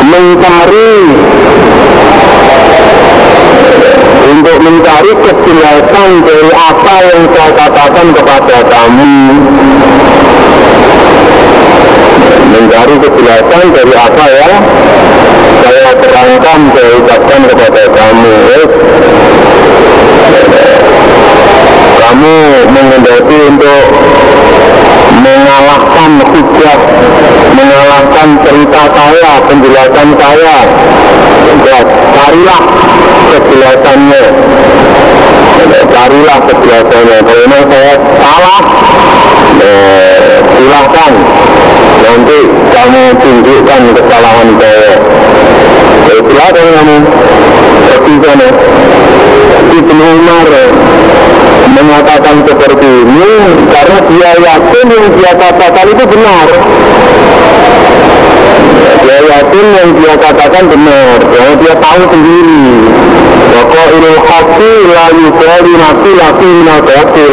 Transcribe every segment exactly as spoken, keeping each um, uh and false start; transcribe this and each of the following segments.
mencari untuk mencari kejelasan dari apa yang saya katakan kepada kamu, mencari kejelasan dari apa ya saya terangkan, saya ucapkan kepada kamu. Kamu menghendaki untuk mengalahkan hujah, mengalahkan cerita saya, penjelasan saya. Ya, carilah kejelasannya, carilah kejelasannya. Kalau memang saya salah, eh, silahkan nanti kamu tunjukkan kesalahan saya. Ya, silahkan kamu seperti sana. Ibnu Umar mengatakan seperti ini karena dia yakin yang dia katakan itu benar. Dia yakin yang dia katakan benar, karena dia tahu sendiri. Waqa'ilul haqqi la yubali nafsi laki minal-batil.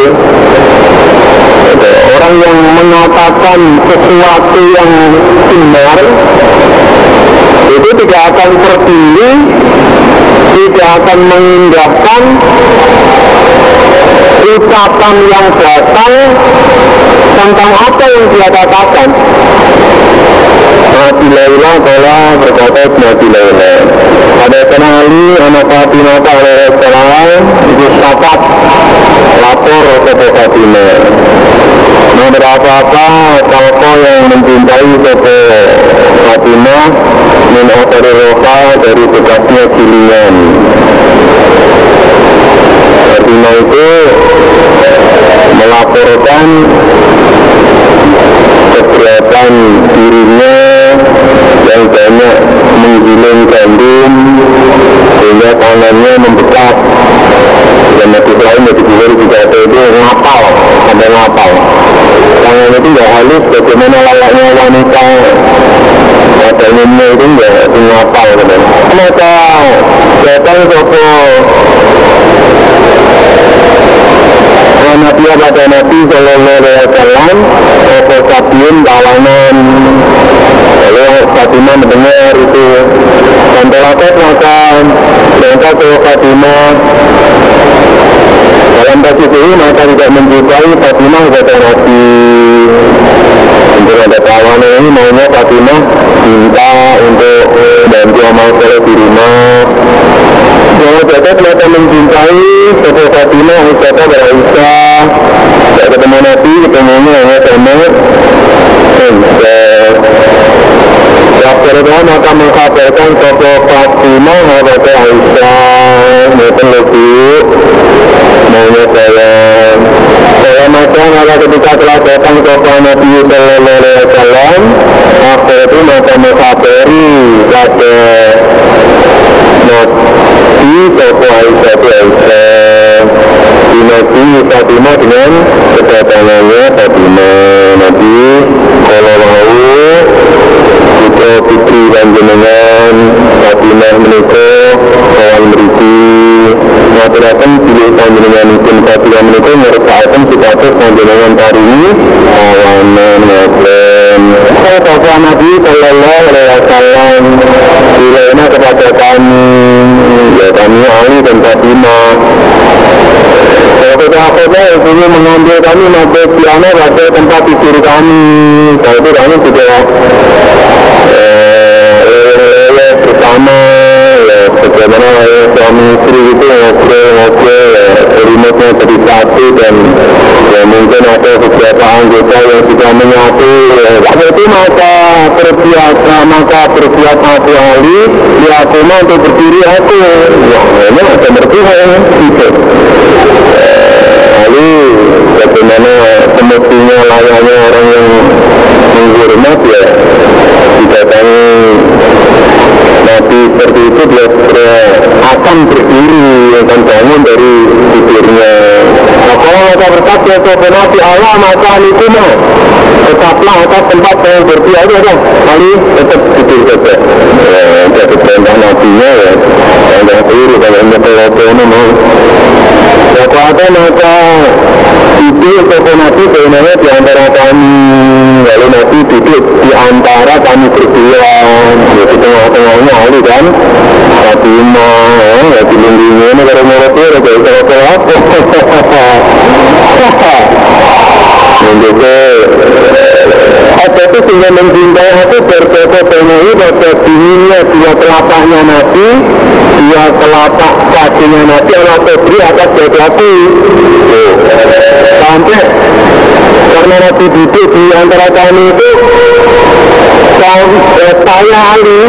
Orang yang mengatakan sesuatu yang benar itu tidak akan terpilih, tidak akan mengindahkan ucapan yang batal tentang apa yang dia katakan. Nabi Laila telah berkata Nabi Laila ada kenali anak Fatimah alaihi salam itu syafaat lapor kepada Fatimah. Nah, berapa-apa kalau yang mencintai kepada Fatimah min akhari roha dari bekasnya gilingan. Fatimah itu melaporkan keberatan dirinya yang banyak menggiling gandum sehingga tangannya membekas. Dan Nabi Ibrahim Nabi Ibrahim juga ada itu ngapal, sampai ngapal. Tangan itu tidak halus bagaimana layaknya wanita pada umumnya itu tidak ngapal. Maka datang sopo Nabi pada Nabi Sallallahu Alaihi Wasallam sopo sabiun kalangan. Lalu Fatimah mendengar itu dan terlalu makan berangkat ke Fatimah. Dalam kasus ini maka tidak menjumpai Fatimah kepada Nabi. Untuk ada kawanan ini maunya Fatimah minta untuk bantu amal soleh di rumah. Kalau jatuh ternyata mencintai kepada Fatimah, ucapnya beraisyah. Tidak ketemu Nabi, ketemunya hanya sama Rasulullah maka mengkabarkan kepada Fatimah kepada Aisyah maupun lebih maunya saya saya macam ala ketika telah datang kepada Nabi Sallallahu Alaihi Wasallam akhir itu maka mengkabari pada Nabi kepada Aisyah itu Aisyah di Nabi Fatimah dengan kedatangannya Fatimah. Nabi kalau mau putra putri dan jenengan Fatimah menikah kawan berisi materakan pilih panjenengan pun Fatimah menikah meresahkan sifatnya panjenengan hari ini kawanan ngeten. Saya kata Nabi Sallallahu Alaihi Wasallam bilainya kepada kami ya kami Ali dan Fatimah. Kalau kita akhirnya ingin mengambil kami nanti piano pada tempat tidur kami. Kalau itu kami juga eh, bersama ya bagaimana ya, suami istri itu ngobrol-ngobrol ya remote-nya jadi satu dan ya mungkin ada beberapa anggota yang sudah menyatu ya. Waktu itu maka berbiasa maka berbuat aku Ali ya aku mau untuk berdiri aku ya ini ada mertua gitu. Lalu bagaimana semestinya layaknya orang yang menghormat ya didatangi Nabi seperti itu dia, dia akan berdiri akan bangun dari tidurnya. Nah kalau maka berkata kepada Nabi Allah maka itu mah tetaplah atas tempat saya berdiri aja kan kali tetap tidur saja ya, jadi perintah Nabinya ya yang tidur kalau hanya kalau mau apa maka itu kepada Nabi sebenarnya di antara kami lalu Nabi duduk di antara kami berdua di tengah-tengah orangnya ahli kan, Fatimah ya dilindungi ini kalau menurut dia udah jadi kalau menjadi apa itu sehingga mencintai hati berkata penuhi pada dinginnya dua telapaknya Nabi, dua telapak kakinya Nabi Allah beri atas jatuh sampai karena Nabi duduk di antara kami itu saya Ali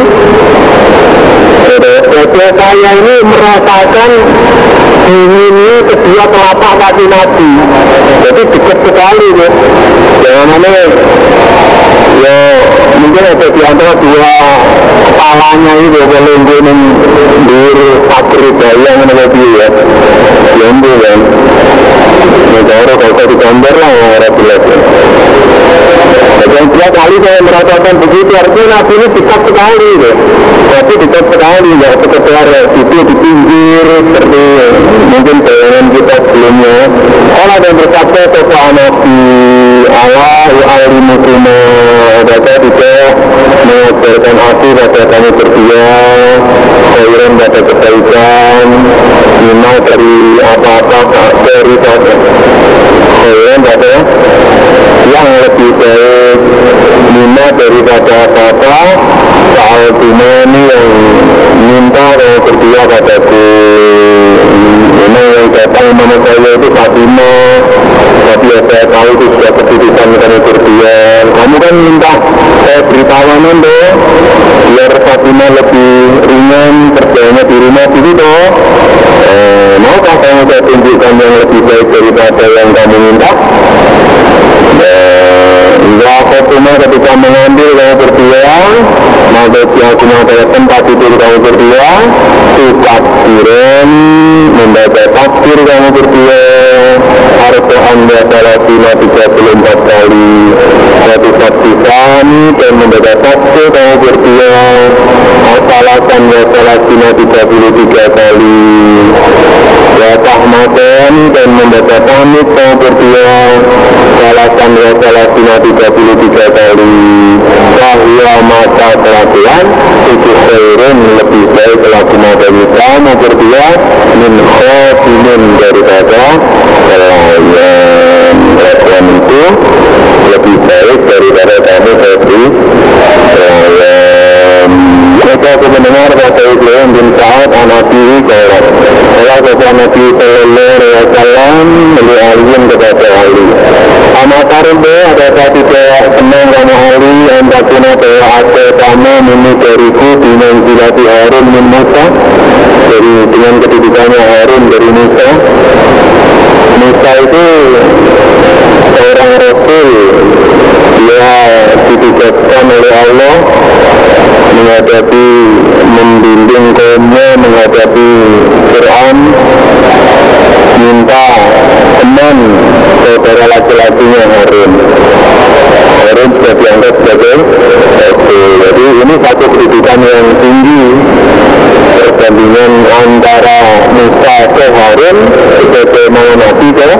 saya ini merasakan dinginnya kedua telapak kaki Nabi, jadi dekat sekali ya. Jangan mana ya mungkin ada di antara dua kepalanya itu kalau ingin dur sakri bayang Nabi ya lembu kan negara kalau digambar lah orang jelas ya. Dan tiap kali saya merasakan begitu artinya Nabi ini dekat sekali ya. Tapi dekat sekali ya sekedar itu di pinggir seperti mungkin bayangan kita sebelumnya. Kalau ada yang berkata kepada Nabi Allah yu'alimukumu data tidak mengajarkan aku pada kami berdua khairan pada kebaikan lima dari apa-apa dari pada khairan pada yang lebih baik lima daripada apa-apa soal dimani yang minta dan berdua padaku. Memang yang datang nama saya itu Fatimah, tapi ya saya tahu itu sudah keputusan kami berdua. Kamu kan minta saya beritahuan dong biar Fatimah lebih ringan kerjanya di rumah gitu toh. Eh, maukah kamu saya tunjukkan yang lebih baik daripada yang kamu minta? Hingga Fatimah ketika mengambil kamu berdua, maka dia cuma pada tempat tidur kamu berdua, tukakbiran membaca takbir kamu berdua, harta anda salatina tiga puluh empat kali, satu saksikan dan membaca takbir kamu berdua, asalasan wa salatina tiga puluh tiga kali, wa tahmatan dan membaca pamit kamu berdua, salasan wa salatina tiga puluh tiga kali, wahya mata kelakuan itu khairun lebih baik kelakuan dari kamu berdua min khotinin daripada kelayan. Kelakuan itu lebih baik daripada kamu berdua kelayan. Maka aku mendengar kata Ibrahim bin Sa'ad Nabi kawat Allah kata Nabi sallallahu alaihi wasallam melihatkan kepada Ali Amatarin deh ada satu cewek senang kamu Ali Antakuna cewek ada kamu mimi dariku dengan silati Harun min Musa dari dengan kedudukannya Harun dari Musa. Musa itu seorang Rasul, dia ditugaskan oleh Allah menghadapi membimbing kaumnya menghadapi Fir'aun, minta teman saudara laki-lakinya Harun. Harun sudah dianggap sebagai Rasul. Jadi ini satu kedudukan yang tinggi. Perbandingan antara Musa ke Harun sebagai mana Nabi ke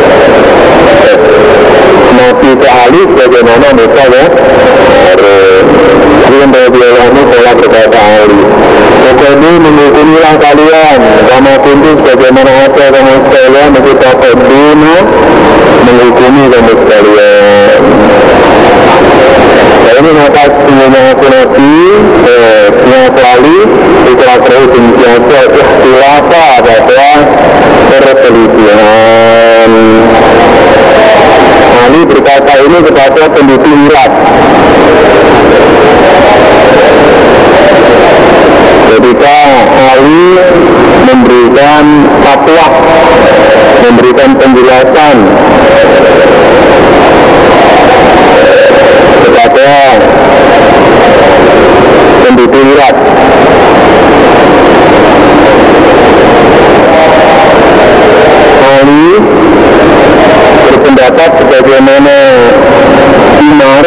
Nabi ke Ali bagaimana Musa ke Harun. Jadi yang beliau ini pola berkata Ali pokoknya menghukumilah kalian sama kunci sebagaimana ada kamu sekalian kita berdua menghukumi kamu sekalian. Nah ini maka semuanya aku Nabi punya kali itulah terus menjadi ikhtilafah pada perselisihan. Ali berkata ini kepada penduduk Irak ketika Ali memberikan fatwa, memberikan penjelasan kepada penduduk Irak. Ali berpendapat sebagaimana Umar,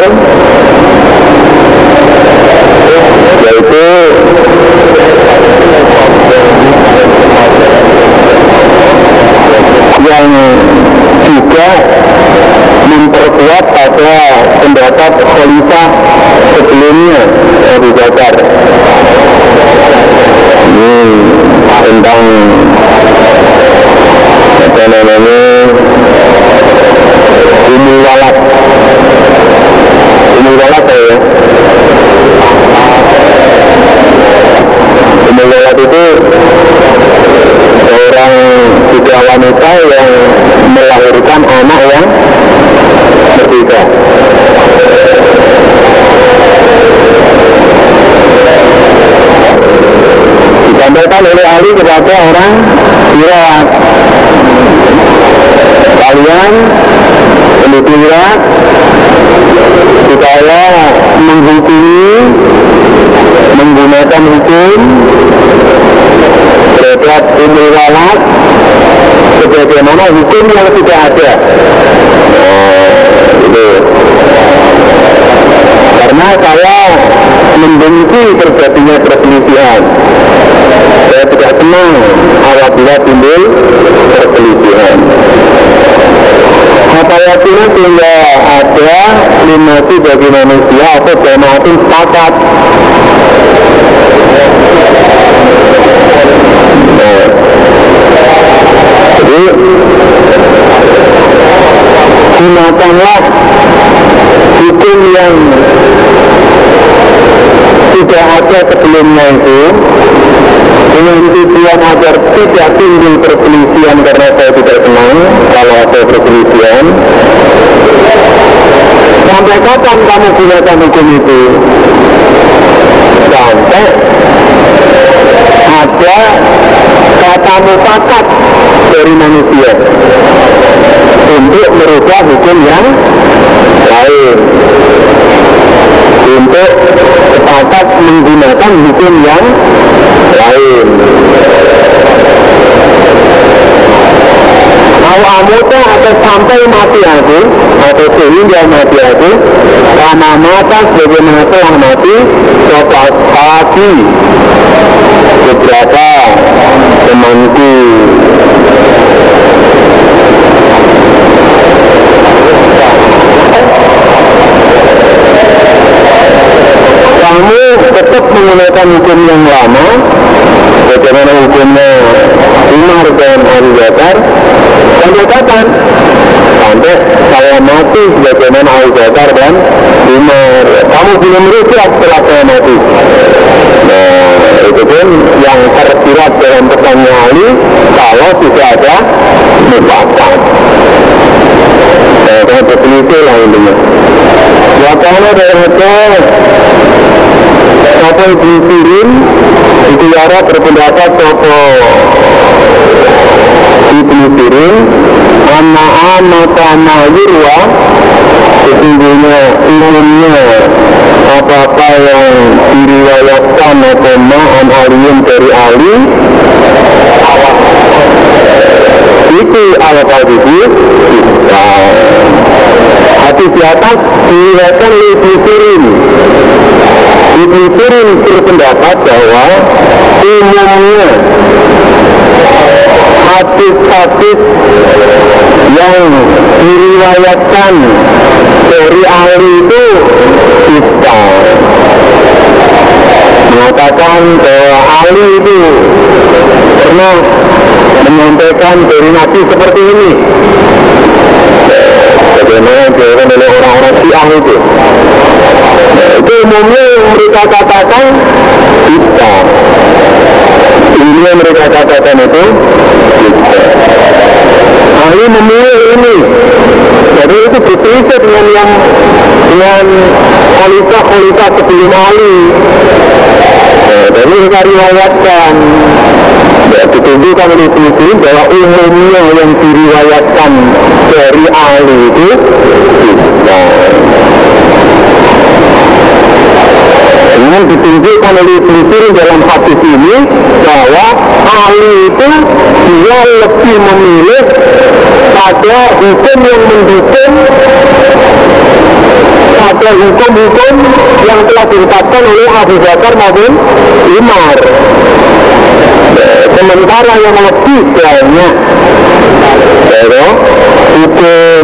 yaitu yang juga memperkuat pada pendapat khalifah sebelumnya Abu Bakar. seorang apa namanya Umul Walad. Umul Walad ya. Umul Walad itu seorang juga wanita yang melahirkan anak yang berbeda. Disampaikan oleh Ali kepada orang Irak, kalian penduduk Irak supaya menghukumi menggunakan hukum terhadap Umul Walad sebagaimana hukum yang sudah ada. Oh, itu. Karena saya membenci terjadinya perselisihan. Saya tidak senang apabila timbul perselisihan. Hatayatina sehingga ada limati bagi manusia atau jamaatin sepakat. Nah, jadi gunakanlah hukum yang sudah ada sebelumnya itu dengan tujuan agar tidak timbul perselisihan, karena saya tidak senang kalau ada perselisihan. Sampai kapan kamu gunakan hukum itu? Sampai ada kata mufakat dari manusia untuk merubah hukum yang lain, untuk sepakat menggunakan hukum yang lain. Mau amuta atau sampai mati aku, atau sehingga mati aku, karena mata sebagaimana telah mati sopas pagi beberapa temanku. Kamu tetap menggunakan hukum yang lama, bagaimana hukumnya Umar dan Abu Bakar, sampai kapan? Sampai saya mati bagaimana Abu Bakar dan Umar. Kamu belum merubah setelah saya mati. Nah, itu pun yang tersirat dalam pesannya Ali, kalau tidak ada mufakat. Nah, saya berselisih lah intinya. Ya karena dari itu Sopo Ibn Sirin itu yara berpendapat Sopo Ibn Sirin Anna Mata Yurwa sesungguhnya umumnya apa-apa yang diriwayatkan atau ma'an aliyun dari Ali itu al-Qadisi hati di atas diriwayatkan Ibn Sirin. Ibn Sirin berpendapat bahwa umumnya hadis-hadis yang diriwayatkan dari Ali itu bisa mengatakan bahwa Ali itu pernah menyampaikan dari Nabi seperti ini, bagaimana dilakukan oleh orang-orang Syiah itu. Itu umumnya mereka katakan bisa. Ini yang mereka katakan itu bisa. Ali memilih ini. Jadi itu berbeda dengan yang dengan khalifah-khalifah sebelum Ali. Nah, jadi mereka riwayatkan. Ya, ditunjukkan oleh Muslim bahwa umumnya yang diriwayatkan dari Ali itu bisa. Dengan ditunjukkan oleh Muslim dalam hadis ini bahwa Ali itu dia lebih memilih pada hukum yang mendukung pada hukum-hukum yang telah ditetapkan oleh Abu Bakar maupun Umar. Sementara yang lebih banyak ya, hukum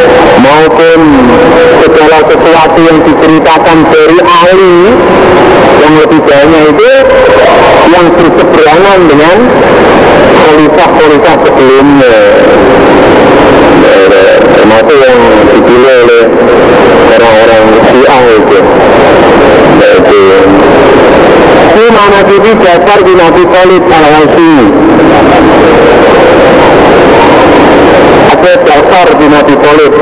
maupun segala sesuatu yang diceritakan dari Ali yang lebih banyak itu yang berseberangan dengan khalifah-khalifah sebelumnya, termasuk yang dipilih oleh orang-orang Syiah itu. Yaitu di mana titik dasar di Nabi Thalib al-Hashimi. Ada dasar di Nabi Thalib.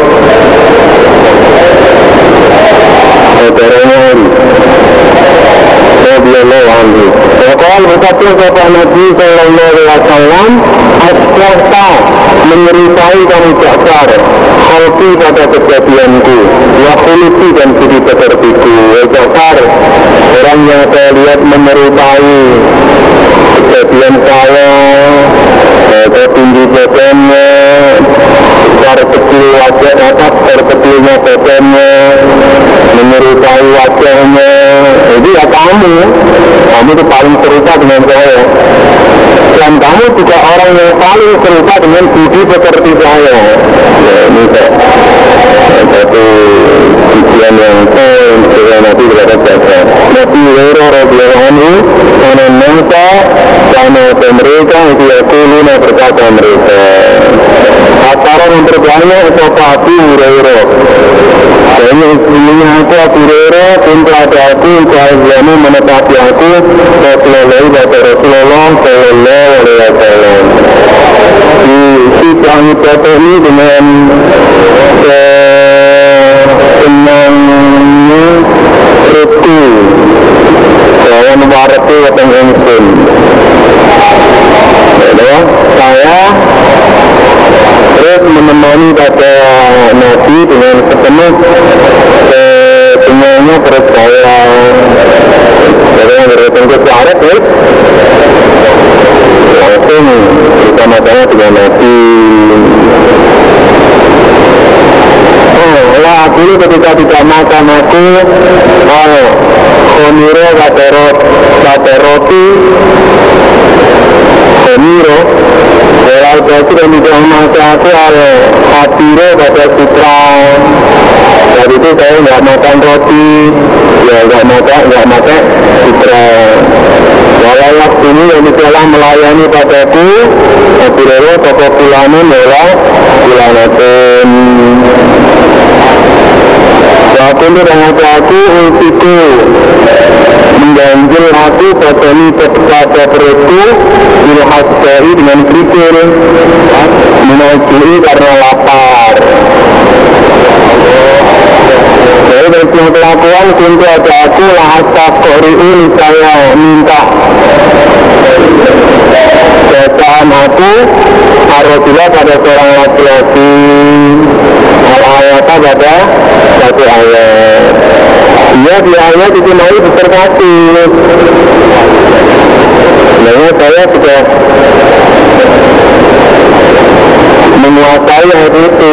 Saudaranya ini. Radhiyallahu anhu. Wakal berkata kepada Nabi Sallallahu Alaihi Wasallam, Asy-Syaitan menyerupai kamu Ja'far, khalqi pada kejadianku, wa khuluqi dan budi pekertiku. Ja'far, orang yang saya lihat menyerupai kejadian saya, ke tinggi badannya, besar kecil wajah atas, besar kecilnya badannya, menyerupai wajahnya. Jadi ya kamu, kamu itu paling serupa dengan saya. Dan kamu juga orang yang paling serupa dengan budi pekerti saya. Ya ini satu tujuan yang saya nanti kepada saya. Nabi Hurairah radhiyallahu anhu, karena mereka, karena mereka itu yakuluna berkata mereka. Antara yang terbanyak siapa Abu Hurairah. Dan istrinya aku Abu Hurairah, pintu ada aku, kehazianmu menetapi aku, Rasulullah kata Rasulullah Sallallahu Alaihi Wasallam. Di sidang ibadah ini dengan senangnya ruku, kawan warati watang insun. Saya terus menemani pada Nabi dengan sepenuh semuanya terus saya dari yang berhutang ke Arab ya langsung bersama-sama dengan Nabi. Oh lah dulu ketika tidak makan aku oh khomiro kata roti khomiro Walau jatuh dan tidak masa aku ada hatiro pada sutra. Dari itu saya nggak makan roti, ya nggak makan, nggak makan sutra. Walau waktu ini yang telah melayani padaku, hatiro toko pulanin walau pulanatun. Waktu itu dengan aku itu mengganjil aku badani pada perutku ilhasdari dengan pikir menajui karena lapar. Jadi dari kelakuan kuntu ada aku lahas takori'in saya minta bacaan aku arrohila pada seorang laki-laki al-ayata pada satu ayat. Dia di ayat itu mau disertasi. Sebenarnya saya sudah menguasai ayat itu.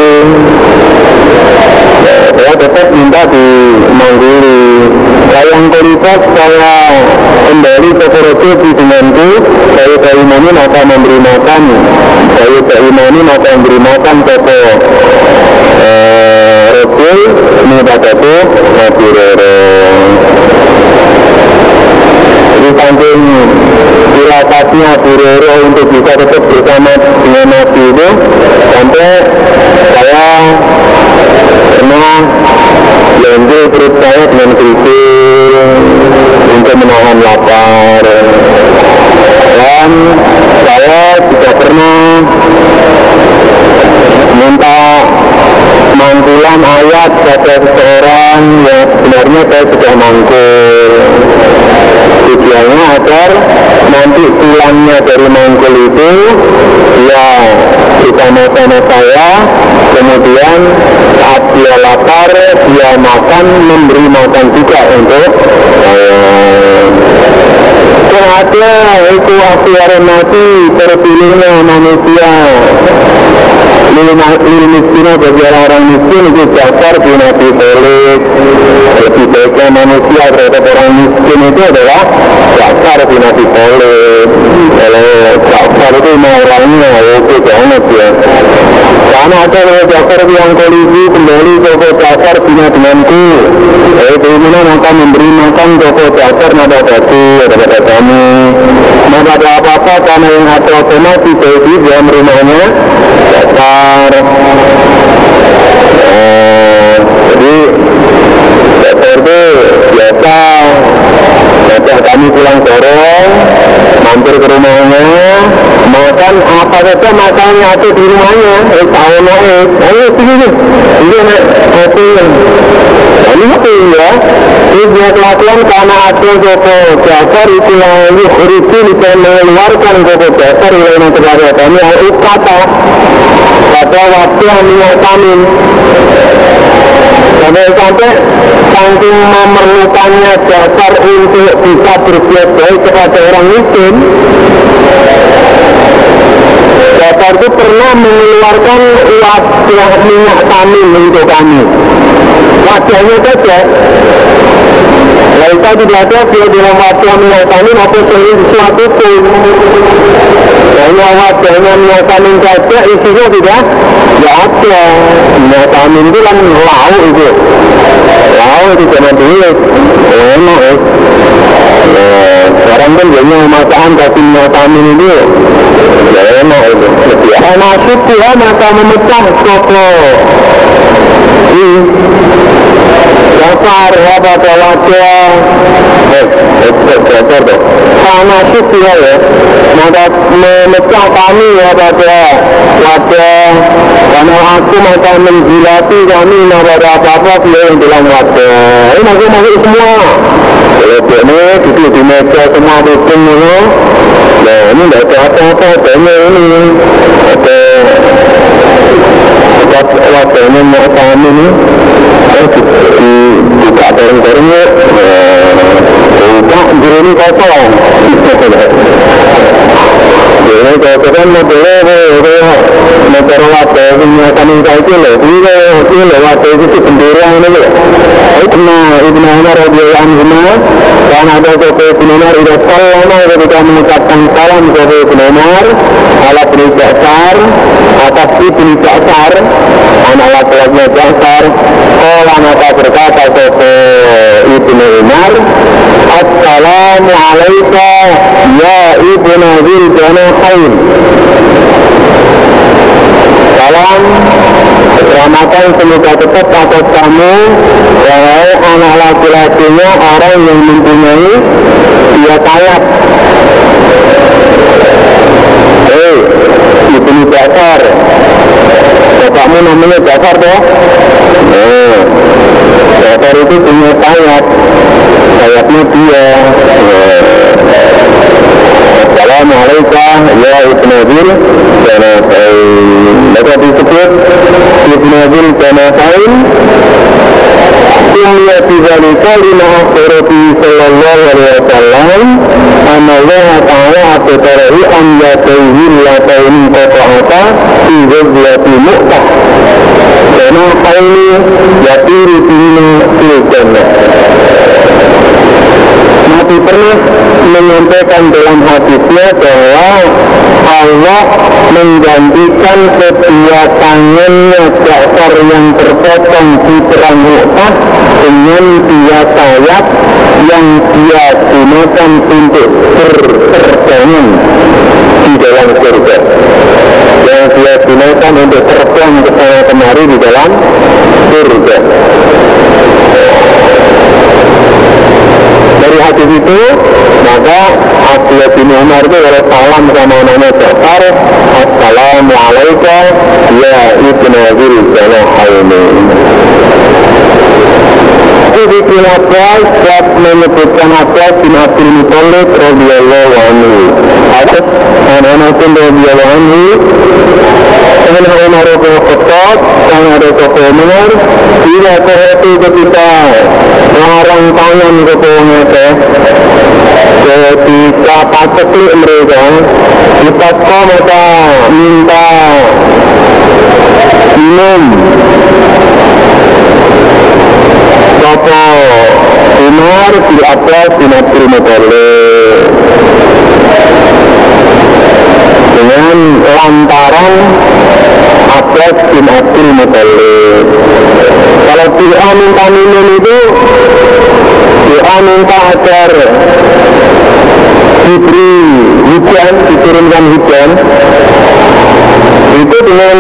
Saya tetap minta dimanggili. Yang kelima saya kembali ke Rasul denganku. Saya keimani maka memberi makan. Saya keimani maka memberi makan toko Rasul ini padaku Nabi Roro. Jadi samping silafatnya Abu Hurairah untuk bisa tetap bersama dengan Nabi itu sampai saya pernah belanja perut saya dengan krisis untuk menahan lapar. Dan saya juga pernah minta mangkulan ayat pada seseorang yang sebenarnya saya sudah mangkul. Tujuannya agar nanti tulangnya dari mangkul itu ya bersama-sama saya, kemudian saat dia lapar dia makan, memberi makan juga untuk saya. Ada itu akhirnya nanti terpilihnya manusia lil miskin bagi orang miskin itu Ja'far bin Abi Thalib. Lebih baiknya manusia terhadap orang miskin itu adalah Ja'far bin Abi Thalib. Kalau Ja'far itu orangnya oke banget ya. Karena ada Ja'far yang kolisi kembali Joko Ja'far punya denganku. Eh, keinginan maka memberi makan Joko Ja'far nada batu kepada kami. Maka ada apa-apa karena yang ada otomatis jadi di dalam rumahnya Ja'far. Eh, jadi Ja'far itu biasa. Sejak kami pulang sore, mampir ke rumahnya, makan apa saja makannya itu di rumahnya. Eh, tahu naik, ayo sini, ini nak kopi. Ini itu ya, ini dia kelakuan karena ada Joko Ja'far itu yang yukhrijul bisa mengeluarkan Joko Ja'far yang terhadap kami al-ukata pada waktu minyak tamin. Sampai-sampai saking memerlukannya Ja'far untuk bisa berbuat baik kepada orang miskin, Ja'far itu pernah mengeluarkan wadah minyak tamin untuk kami. Wadahnya saja. Lalu saya tidak ada dia dalam wadah minyak tamin atau sesuatu pun. Hanya wadahnya minyak tamin saja, isinya tidak ya ada. Minyak tamin itu kan lauk itu. Lauk itu jangan dulu. Enak ya. Sekarang kan banyak masakan kasih minyak tamin itu. Ya enak itu. Ya masuk ya maka memecah toko. Ja'far ya pada wadah. Eh, eh, Ja'far tuh. Sama suku ya, maka memecah kami ya pada wadah. Karena aku maka menjilati kami pada apa-apa yang dalam wadah. Ini masuk-masuk semua. Kalau ini duduk di meja semua dukung ini. Nah ini tidak ada apa-apa. Banyak ini ada wadahnya minyak tamin ini. Dibuka bareng-barengnya. Buka diri ini kosong. Jadi kalau kan modelnya motor wadah minyak tamin itu loh. Ini loh wadah itu bendera ini loh. Ibnu Ibnu Umar radhiyallahu anhu dan ada Joko Ibnu Umar itu selama ketika mengucapkan salam Joko Ibnu Umar ala bin Ja'far atas Ibnu Ja'far anak laki-lakinya Ja'far. Qala maka berkata Joko Ibnu Umar, assalamu alayka ya Ibnu Dzil Janahain. Salam keselamatan semoga tetap atas kamu wahai anak laki-lakinya orang yang mempunyai dua sayap. Hei Ibnu Ja'far, bapakmu namanya Ja'far toh? Oh, Ja'far itu punya sayap, sayapnya dia. Assalamualaikum ya Ibnu Dzil Janahain. Maka disebut Ibnu Dzil Janahain. Kumya bizalika lima akhirati sallallahu alaihi wasallam anallah ta'ala abtarahi an yatayhil lataini qata'ata fi ghazwati Mu'tah. Janahain yatiru bina fil jannah. Nabi pernah menyampaikan dalam hadisnya bahwa Allah menggantikan kedua tangannya Ja'far yang terpotong di perang Mu'tah dengan dua sayap yang dia gunakan untuk berterbangan di dalam surga, yang dia gunakan untuk terbang ke sana kemari di dalam surga. Dari hadis itu maka Abdullah bin Umar itu kalau salam sama nama Ja'far, assalamualaikum ya Ibnu Dzil Janahain. Ibnu bin Abbas dapat menyebutkan Abbas bin Abdul Muthalib radhiyallahu anhu. Abbas anak-anak pun radhiyallahu anhu. Dengan Umar bin Khattab yang ada Joko Umar tidak terhenti ketika melarang tangan Joko Umar ketika paceklik mereka kita maka minta minum Joko Umar di atas bin Abdul Muthalib. Abbas bin Abdul Muthalib. Kalau doa minta minum itu doa minta agar diberi hujan, diturunkan hujan, itu dengan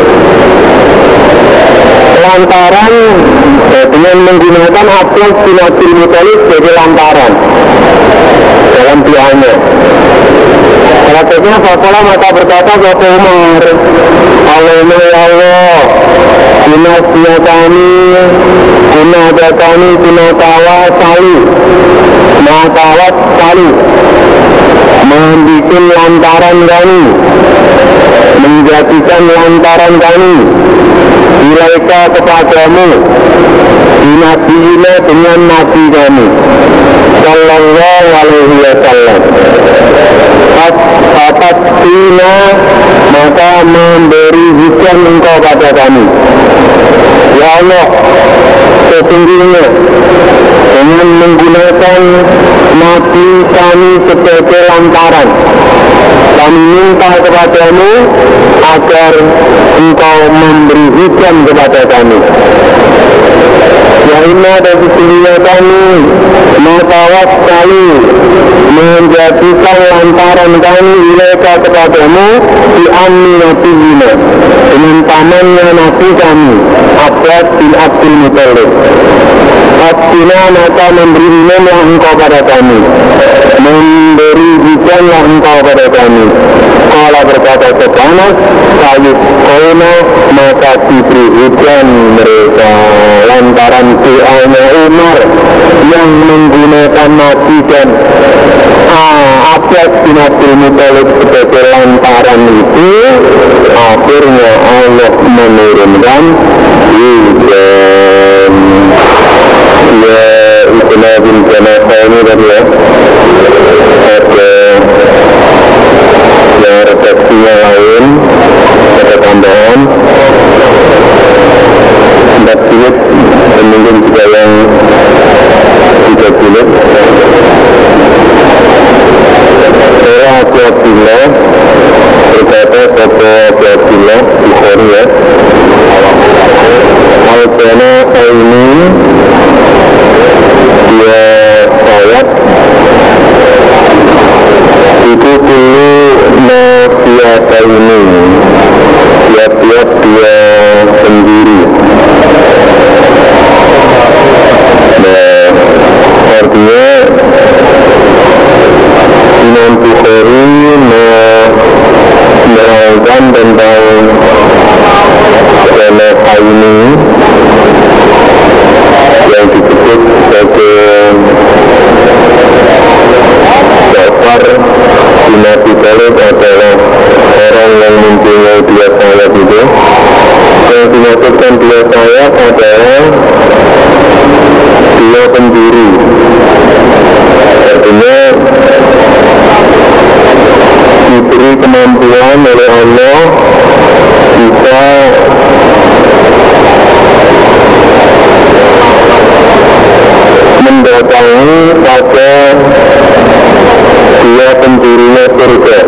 lantaran eh, dengan menggunakan Abbas bin Abdul Muthalib sebagai lantaran dalam doanya. Selanjutnya Fasalah maka berkata kepada Umar, Allahumma ya Allah, Gunasya kami, Gunada kami, Gunatawa sali, Matawat sali, membuat lantaran kami, menjadikan lantaran kami, ilaika kepadamu, Nabiina dengan Nabi kami, Sallallahu alaihi wasallam. Fatasqina maka memberi hujan engkau pada kami. Ya Allah, sesungguhnya dengan menggunakan Nabi kami sebagai lantaran, kami minta kepadamu agar engkau memberi hujan kepada kami. Ya inna dan sesungguhnya kami matawat kali menjadikan lantaran kami ilaika kepadamu di amni nabiyina dengan pamannya Nabi kami Abbas bin Abdul Muthalib. Fatina maka memberi minumlah engkau pada kami, memberi hujanlah engkau pada kami. Kalau berkata sepanas sayus kauna maka diberi hujan mereka lantaran doanya Umar yang menggunakan Nabi dan ah, Abbas bin Abdul Muthalib sebagai lantaran itu, akhirnya Allah menurunkan hujan. Ya itulah bin Janasa ini tadi ya, ada yang redaksinya lain, ada tambahan empat jilid dan mungkin juga yang tiga jilid. Saya Abu Abdillah berkata kepada Abu Abdillah Bukhari ya, Al-Bana ini dia sayap itu dulu nafiata ini tiap-tiap dia sendiri. Nah, artinya Imam Bukhari menerangkan tentang Janasa ini yang disebut sebagai Ja'far bin Abi Thalib adalah orang yang mempunyai dua sayap itu. Yang dimaksudkan dua sayap adalah dua pendiri. Artinya diberi kemampuan oleh Allah bisa mendatangi pada dua pendirinya surga.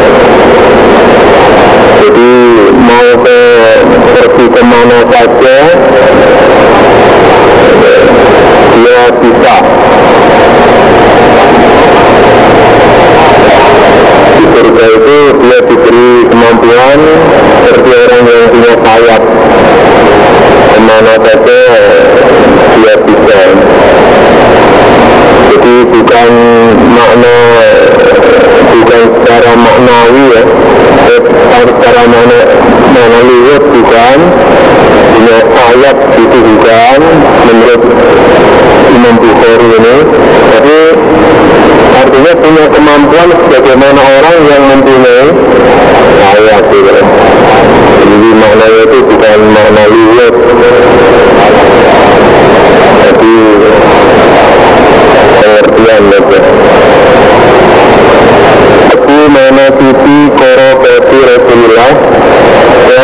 Jadi mau ke pergi kemana saja dia bisa. Di surga itu dia diberi kemampuan seperti orang yang punya sayap, kemana saja dia bisa. Jadi bukan makna, bukan secara maknawi ya, secara makna makna luwet bukan, punya sayap itu bukan menurut Imam Bukhari ini, tapi artinya punya kemampuan sebagaimana orang yang mempunyai sayap gitu. Jadi maknanya itu bukan makna luwet, tapi pengertian saja. Aku mana titi korobati Rasulullah ya,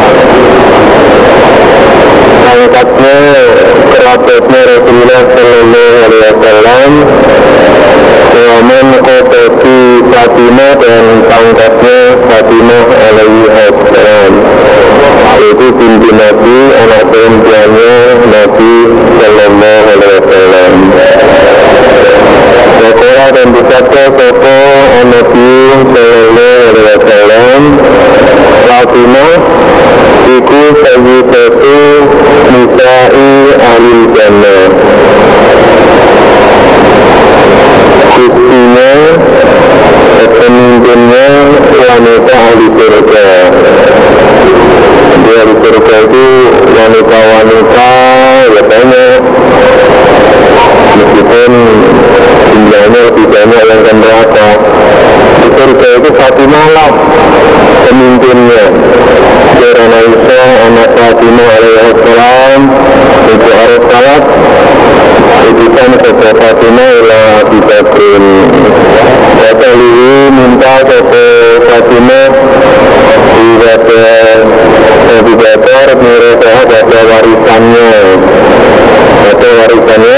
angkatnya kerabatnya Rasulullah Sallallahu Alaihi Wasallam, Waman korobati Fatimah dan pangkatnya Fatimah Alaihi Wasallam. yaitu binti Nabi, anak perempuannya Nabi Sallallahu Alaihi Wasallam. Sekolah dan bersabda sopo Nabi Sallallahu Alaihi Wasallam, Fatimah iku sayyidatu nisa'i ahli jannah. Kustinya pemimpinnya wanita ahli surga. Di ahli surga itu wanita-wanita ya banyak, meskipun jumlahnya lebih banyak yang ke neraka. Di surga itu Fatimah lah pemimpinnya. Karena Isa anak Fatimah alaihissalam itu harus salat utusan kepada Fatimah ila Abi Bakrin. Kata Liwi minta kepada Fatimah kepada Abu Bakar mereka pada warisannya. Kata warisannya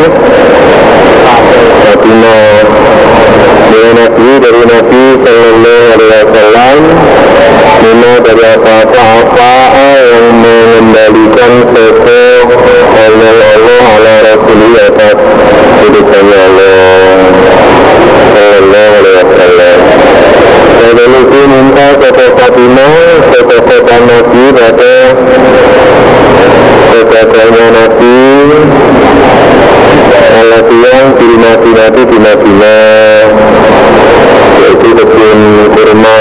Fatimah dari Nabi dari Nabi Sallallahu Alaihi Wasallam, lima dari apa-apa yang mengembalikan sesuatu Allah Allah ala Rasulullah atas hidupannya Allah Sallallahu Alaihi Wasallam. Saya dulu minta kepada Fatimah kepada Nabi pada kepadanya Nabi Allah yang di Nabi-Nabi di Madinah, yaitu kebun kurma,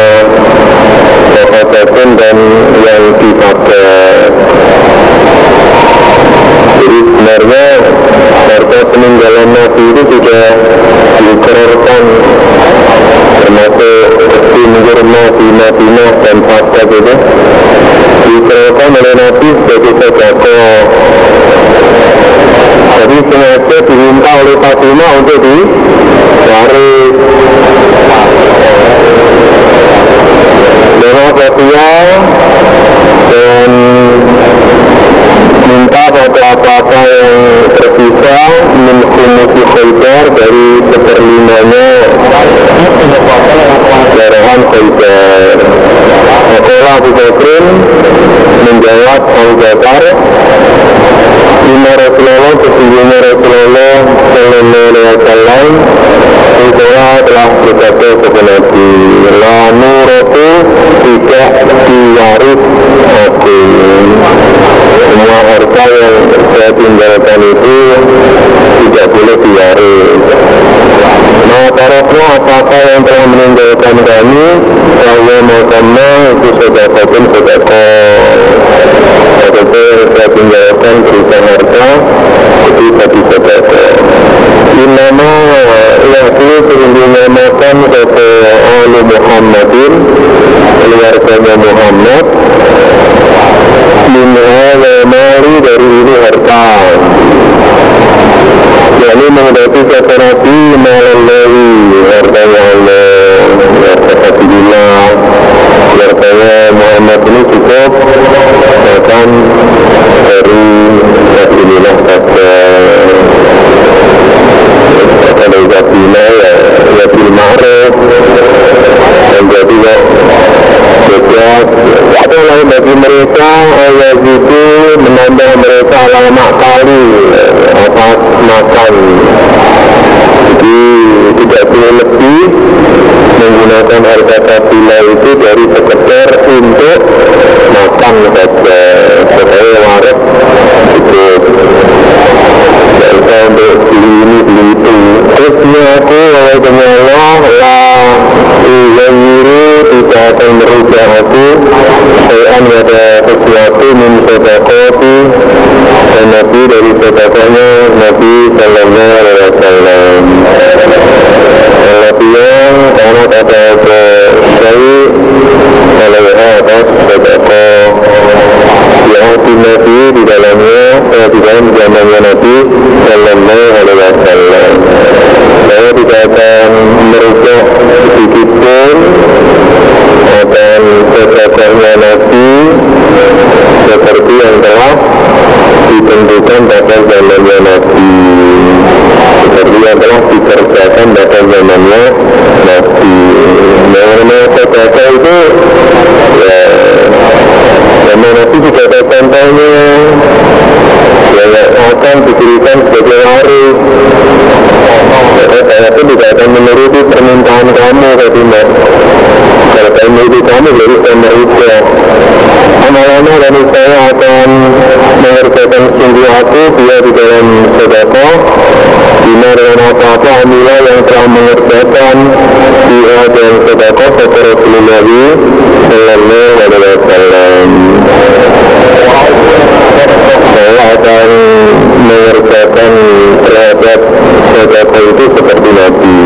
Bapak dan yang dipakai. Jadi sebenarnya harta peninggalan Nabi itu sudah diikrarkan, termasuk kebun kurma di Madinah dan Bapak itu diikrarkan oleh Nabi sebagai sedekah. Jadi sengaja diminta oleh Fatimah untuk diwaris. Dengan Fatimah dan minta pada apa-apa yang tersisa menghumusi Khaybar dari seperlimanya jarahan Khaybar. Setelah Abu Bakrin menjawab Abu Bakar, Inna Rasulullah sesungguhnya Rasulullah Sallallahu Alaihi Wasallam Rasulullah telah bersabda kepada Nabi, la nuratu tidak diwaris aku. Semua harta yang saya tinggalkan itu tidak boleh diwaris. Nah, tarafnya apa-apa yang telah meninggalkan kami, Allah Muhammad itu sedekah pun sedekah. Jadi saya tinggalkan berupa harta itu tadi sedekah. Inama yaitu sehingga makan kepada Ali Muhammadin, keluarganya Muhammad, minha mali dari ini harta. Jadi menghadapi kata Nabi melalui hartanya Allah, harta Billah, hartanya Muhammad ini cukup bahkan dari Rasulullah kata kata dari Rasulullah ya ya bil ma'ruf dan jadi ya juga ada lain bagi mereka Allah itu menambah mereka lama kali atas makan. Jadi tidak boleh lebih menggunakan harga kabilah itu dari sekedar untuk makan saja. Supaya waras itu tidak usah untuk beli ini beli itu. Terusnya aku wahai demi Allah lah iyayiru tidak akan merubah aku sayan ada sesuatu min sedekati dan Nabi dari sedekahnya Nabi Sallallahu Alaihi Wasallam. Nabi yang karena kata saya alaiha atas sedekah yang Nabi di dalamnya di dalam zamannya Nabi Sallallahu Alaihi Wasallam. Saya tidak akan merubah sedikit pun akan sedekahnya Nabi seperti yang telah ditentukan pada zamannya Nabi, seperti yang telah dikerjakan pada zamannya Nabi. Yang namanya sedekah itu ya zaman Nabi sudah ada Timur. Kalau kami itu kami dari pemerintah lama-lama dan saya akan mengerjakan sungguh aku dia di dalam sedekah bina dengan apa-apa alhamdulillah yang telah mengerjakan dia dan sedekah kepada Rasulullah Sallallahu Alaihi Wasallam. Saya akan mengerjakan terhadap sedekah itu seperti Nabi.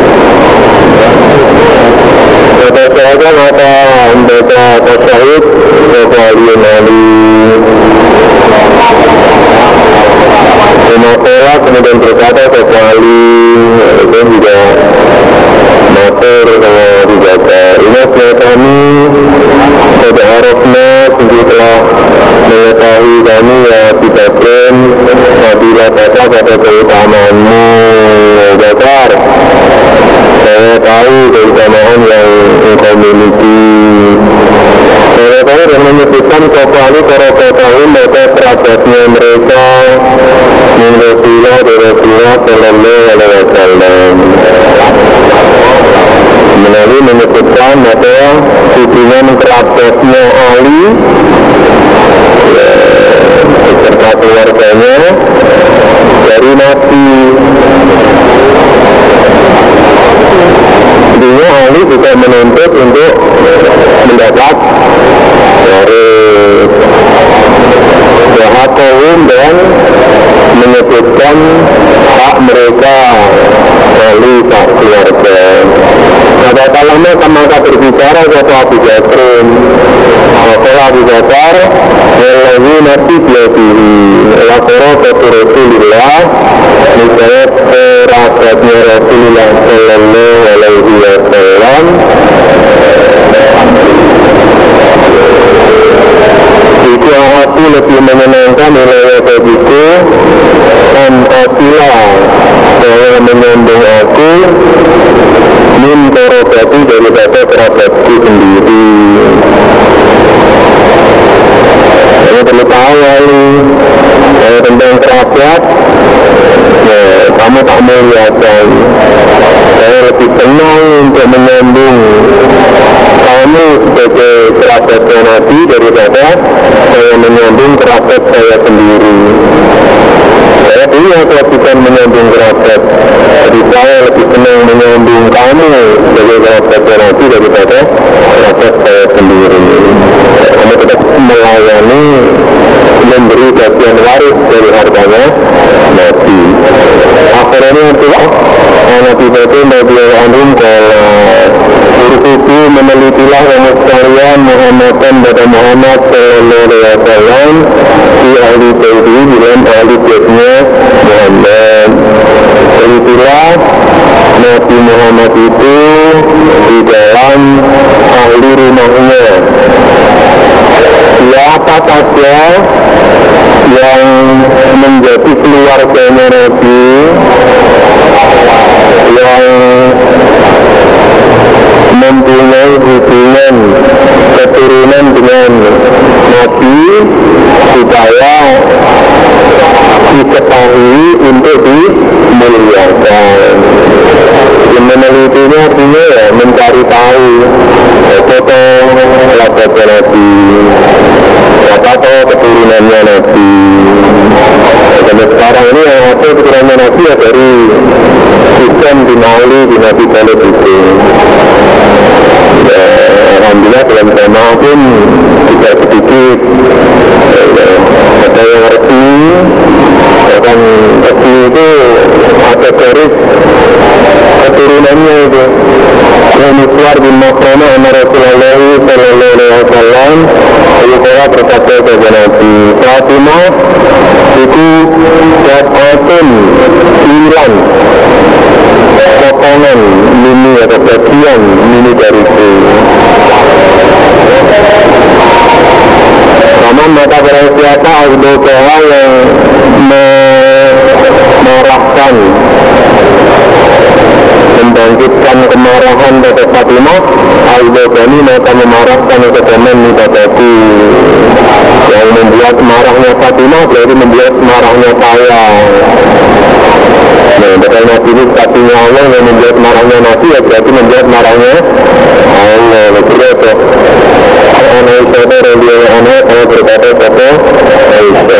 Kata saya kan kata membaca tasyahud Bapak Ali Ali Umatera kemudian berkata Bapak Ali itu juga matur kalau dibaca ingatnya kami pada harapnya sungguh telah mengetahui kami ya tidak pun apabila kata pada keutamaanmu Bakar saya tahu keutamaan yang engkau miliki. Saya tahu dan menyebutkan kepali para ketahui mereka kerabatnya mereka Rasulullah dan Rasulullah Sallallahu Alaihi Wasallam. Melalui menyebutkan maka hubungan kerabatnya Ali ya, beserta keluarganya dari Nabi. Intinya Ali juga menuntut untuk mendapat dari hak kaum dan menyebutkan hak mereka melalui hak keluarga. Kata lama maka berbicara kata Abu Bakrin kata Abu Bakar wallahi nabi biadihi lakora kata Rasulullah misalnya kerabatnya Rasulullah Sallallahu Alaihi Wasallam itu aku lebih menyenangkan wilayah bagiku dan asilah bahwa menyambung aku min korobati daripada kerabatku sendiri. Saya perlu tahu lalu kalau tentang kerabat ya, kamu tak melihatkan saya lebih senang untuk menyambung kamu sebagai kerabat Nabi daripada saya menyambung kerabat saya sendiri. Saya punya kewajiban menyambung kerabat, jadi saya lebih senang menyambung kamu sebagai kerabat Nabi daripada kerabat saya sendiri. Kamu tetap melayani, memberi bagian waris dari hartanya Nabi. Akhirnya itu Nabi Batin Nabi Al-Anum kalau berkuku menelitilah kamu sekalian Muhammadan pada Muhammad Sallallahu Alaihi Wasallam di ahli baiti dalam ahli baitnya Muhammad. Telitilah Nabi Muhammad itu di dalam ahli rumahnya. Siapa saja yang menjadi keluarganya Nabi yang mempunyai hubungan keturunan dengan Nabi supaya diketahui untuk dimuliakan. Yang menelitinya artinya ya mencari tahu foto kerabat Nabi, apa keturunannya Nabi. Sampai sekarang ini yang ada keturunannya Nabi ya dari Husain bin Ali bin Abi Thalib itu. Ya, alhamdulillah dalam tema pun tidak sedikit ya, ada yang resmi, bahkan resmi itu ada garis keturunannya itu. Muswar bin Makhrama sama Rasulullah Sallallahu Alaihi Wasallam Ayuhara berkata kepada Nabi Fatimah itu Jat'atun sembilan potongan mini atau bagian mini dariku. Namun mata barang siapa Al-Dokawa yang merahkan membangkitkan kemarahan pada Fatimah, Al-Bani maka memarahkan keteman padaku. Yang membuat marahnya Fatimah berarti membuat marahnya saya. Nah, betul Nabi ini satunya Allah, yang membuat marahnya Nabi ya berarti membuat marahnya Allah. Betul itu. Anak Aisyah radhiyallahu anha kalau berkata kata Aisyah.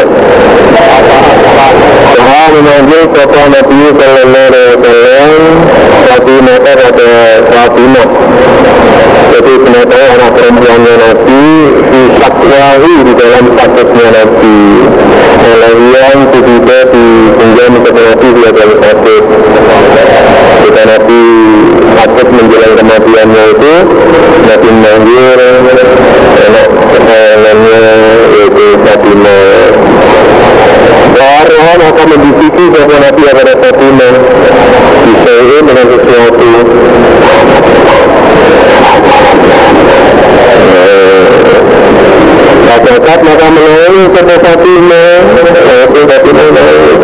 Saya memanggil kata Nabi sallallahu alaihi wasallam Fatimah pada Fatimah. Jadi ternyata anak perempuannya Nabi disakwahi di dalam sakitnya Nabi. Oleh yang tiba-tiba ditunjukkan kepada Nabi dia dalam sakit. Ketika Nabi sakit menjelang kematiannya itu, Nabi memanggil anak kesayangannya yaitu Fatimah. Orang akan membisiki kepada Nabi kepada Fatimah disesuaikan dengan sesuatu. Masyarakat maka menangis kepada Fatimah. Yaitu Fatimah menangis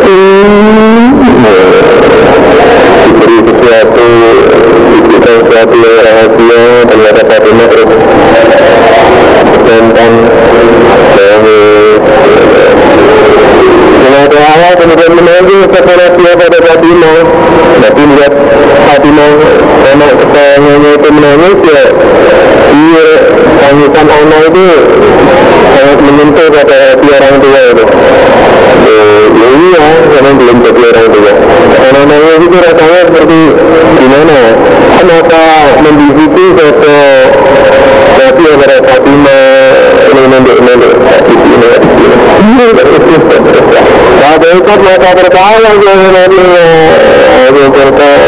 diberi sesuatu, diberikan sesuatu yang rahasia. Ternyata Fatimah terus tentang menangis. Mengenai Allah kemudian menangis kepada dia pada Fatimah. Tapi lihat Fatimah anak kesayangannya itu menangis ya, iya tangisan anak itu sangat menyentuh pada hati orang tua itu. Ya iya, karena belum jadi orang tua. Anak-anaknya itu rasanya seperti gimana? Kenapa membisiki kata Nabi pada Fatimah ini nunduk-nunduk di sini, di sini. Pada ikat maka bertawa yang Nabi yang bertawa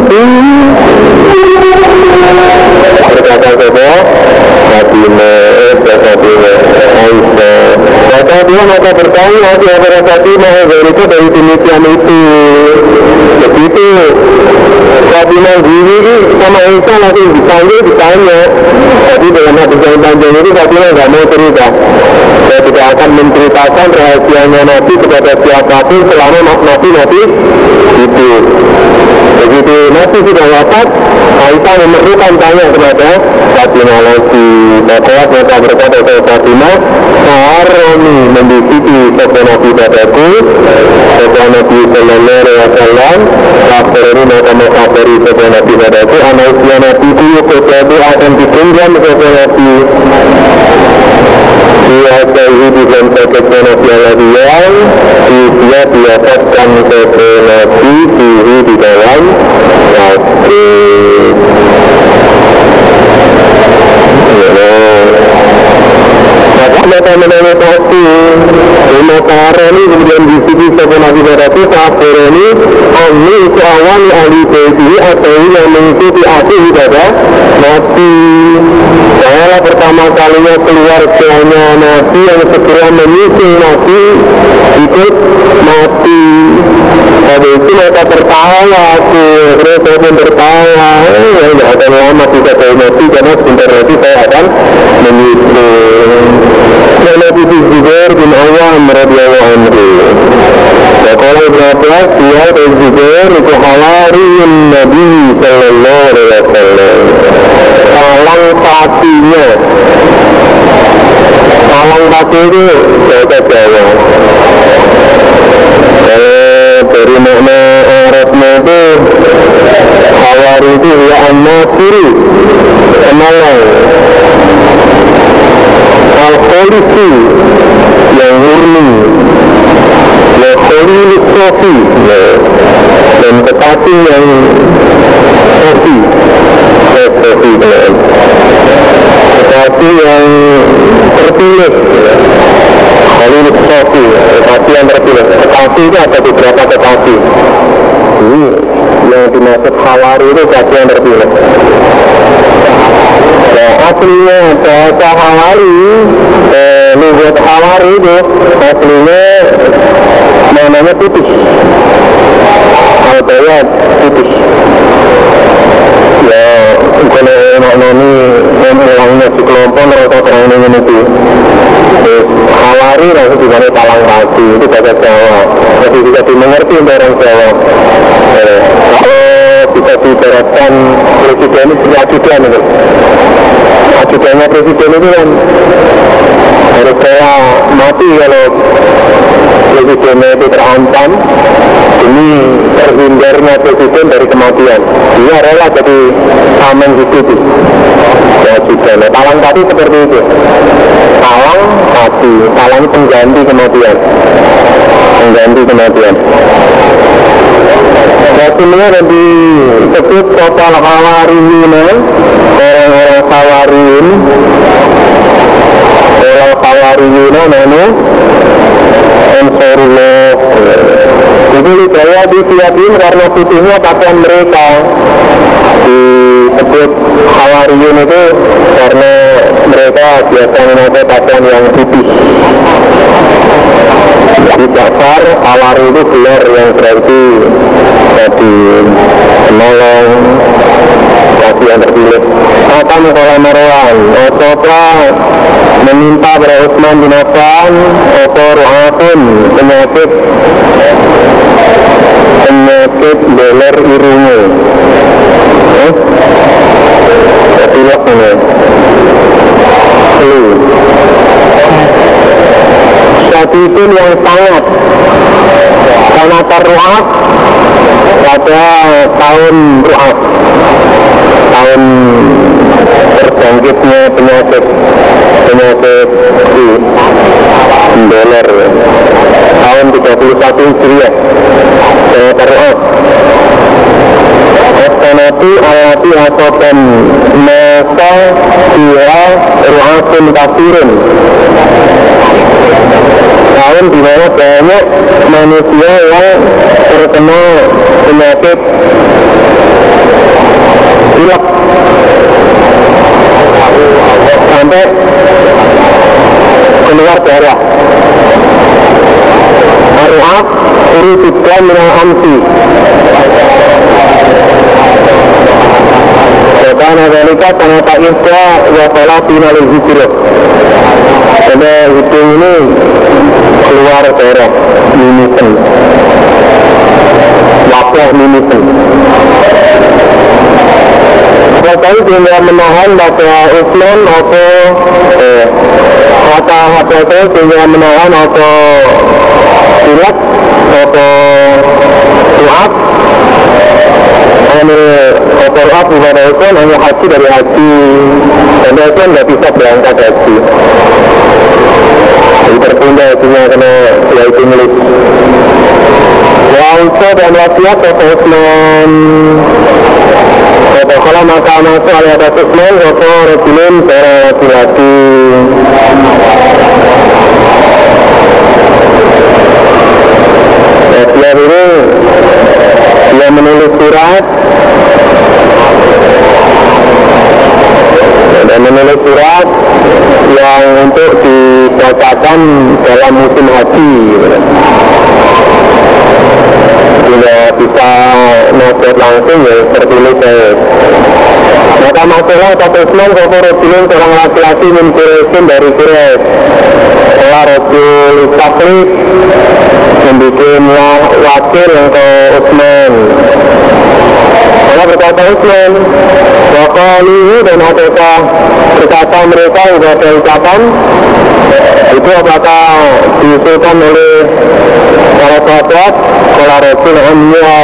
berkata kepada Fatimah, Fatimah, Aisyah. Kata dia maka bertanya kepada Fatimah dari itu dari demikian itu. Begitu Fatimah gini sama Aisyah langsung dipanggil ditanya. Tapi dalam hadis yang panjang itu Fatimah nggak mau cerita. Saya tidak akan menceritakan rahasianya Nabi kepada siapapun selama Nabi Nabi itu. Begitu Nabi sudah wafat, Aisyah memerlukan tanya kepada Fatimah lagi. Maka mereka berkata kepada Fatimah, Harami membisiki kepada Nabi padaku, kepada Nabi sallallahu alaihi wasallam, kabarani maka mengkabari kepada Nabi padaku, anak usia Nabi itu kepada akan ditunjukkan kepada Nabi. Dia jauhi di dalam sakitnya Nabi Allah dia diwafatkan kepada Nabi diri di dalam sakit. Maka menangis hati Rumah Karani kemudian disini kepada Nabi Badaku Kabarani Ami itu awal ahli baiti atau yang mengikuti akhir ibadah Nabi. Sayalah pertama kalinya keluarganya Nabi yang segera menyusul Nabi ikut mati. Pada itu mereka tertawa aku, terus saya pun tertawa. Ya tidak akan lama bisa saya mati karena sebentar lagi saya akan menyusul. Nabi Zubair bin Awam radhiyallahu anhu. Kalau berapa dia dan Zubair itu hawariun Nabi sallallahu alaihi wasallam. Salang patinya, salang pati itu bahasa Jawa. Eh dari makna Arabnya itu hawari itu ya an-nasiri, penolong. Al-Kholisi yang murni, ya Kholili Sofi, dan kekasih yang Sofi, Sofi benar, kekasih yang terpilih, Kholili Sofi, kekasih yang terpilih. Kekasih itu ada beberapa kekasih. Ini yang dimaksud Hawari itu kekasih yang terpilih. Nah, aslinya bahasa Hawari, eh, lugat Hawari itu aslinya namanya putih, al-bayat putih. Ya, kalau maknanya memulangnya si kelompok mereka terang dengan itu. Hawari langsung dimana talang pagi itu bahasa Jawa, masih bisa dimengerti orang Jawa. Eh, bisa diibaratkan presiden itu ajudan itu. Ajudannya presiden itu kan harus rela mati kalau presidennya itu terancam demi terhindarnya presiden dari kematian. Dia rela jadi tameng hidup itu. Ajudannya talang tadi seperti itu. Talang mati, talang pengganti kematian. Pengganti kematian. Rasulullah dan disebut total hawariyina, orang-orang hawarin, orang hawariyina nama Ansarullah. Itu saya disiapin karena putihnya pakaian mereka. Disebut hawariyun itu karena mereka biasa memakai pakaian yang putih. Di Ja'far, Hawari itu gelar yang berarti jadi penolong, kasih yang terpilih. Akan kalau Marwan, Osoka meminta pada Utsman bin Affan, Oso Ru'afun, penyakit penyakit beler irungu. Eh? Pilek ini. Flu. Syadidun yang sangat karena terru'af pada tahun ru'af, tahun terjangkitnya penyakit penyakit di dolar tahun tiga puluh satu Hijriah sangat terru'af. Astanati alati asokan masa dia ru'afun kafirun, tahun di mana banyak manusia yang terkena penyakit pilek sampai keluar darah. Ar-ru'af urutkan minal amsi. Karena dalika sangat tak isya wa salatina lil hijrah. Pada hidung ini keluar darah mimisan, wabah mimisan. Kalau sehingga menahan pada Utsman atau eh, kata-kata itu sehingga menahan atau pilek atau ru'af. Amir ru'af kepada Utsman hanya haji dari haji, dan Utsman tidak bisa berangkat haji. Jadi tertunda hajinya karena dia itu milik. Wa'usa dan wasiat kata Utsman. Kalau maka masuk oleh atas Utsman, kata Rasulun seorang laki-laki. Dia ini dia menulis surat dan menulis surat yang untuk dibacakan dalam musim haji. Tidak bisa notret langsung ya tertulis saya. Maka masalah kata Utsman kata Rasulun seorang laki-laki min Quraisyin dari Quraisy. Setelah Rasul taklif membuat wakil ke Utsman. Maka berkata Utsman, wakalihu dan apakah berkata mereka juga ada ucapan itu apakah diusulkan oleh para sahabat kalau Rasul hanya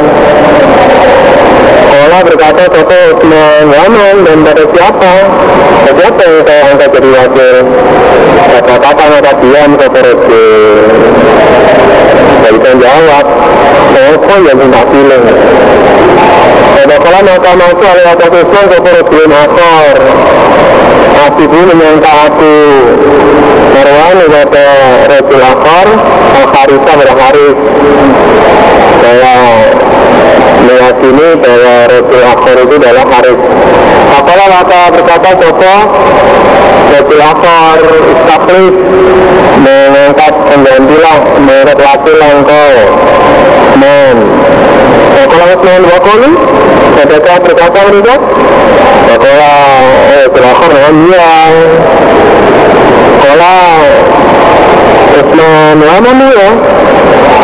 kalau berkata kata Utsman Yaman dan pada siapa siapa yang saya angkat jadi wakil kata-kata maka diam kata Rasul. Saya bisa jawab siapa yang minta pilih. Pada kalau maka masuk oleh atas Utsman kata Rasul akor Asibu menyangka aku Marwan kepada Rasul akor Al-Harisah berharis. Saya meyakini bahwa Rasul akor itu adalah Haris. Apalah maka berkata kata Rasul akor istaklis mengangkat penggantilah mereplasilah engkau men. Kalau Utsman wakoni adakah berkata mereka bahwa eh terakhir dengan dia kalau Utsman lama dia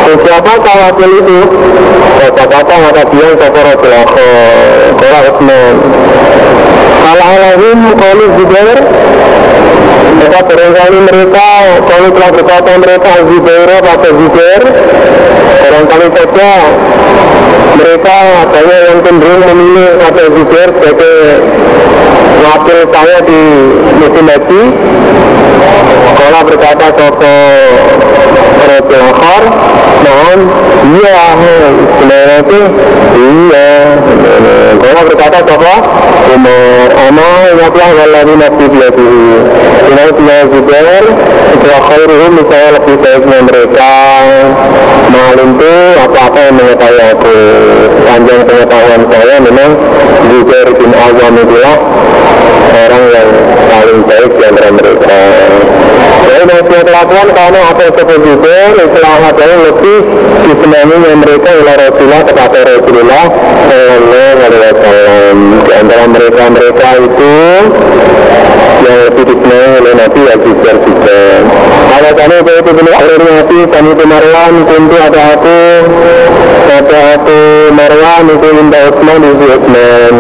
siapa wakil itu? Kata-kata maka bilang Sokoro Jelako Kola Utsman Salah-alahim Kali Zubair. Maka barangkali mereka Kali telah berkata mereka Zubair kata Zubair. Barangkali saja mereka banyak yang cenderung memilih kata Zubair sebagai wakil saya di musim haji. Kola berkata Soko Rasulullah, mohon iya, sebenarnya itu iya. Kola berkata Soko Umar, ama ingatlah waladhi nafsi biadihi. Ini dia Zubair, setelah khairuhum misalnya lebih baiknya mereka. Malam itu apa-apa yang mengetahui aku. Panjang pengetahuan saya memang Zubair bin Awam itulah orang yang paling baik di antara mereka. Jadi maksudnya kelakuan karena apa yang disebut Zubair Islam adalah lebih disenanginya mereka oleh Rasulullah kepada Rasulullah Sallallahu Alaihi Wasallam. Di antara mereka-mereka itu yang lebih disenangi oleh Nabi ya Zubair juga. Ada kami itu benar oleh Nabi kami itu Marwan tentu ada aku ada aku Marwan itu Indah Utsman itu Utsman.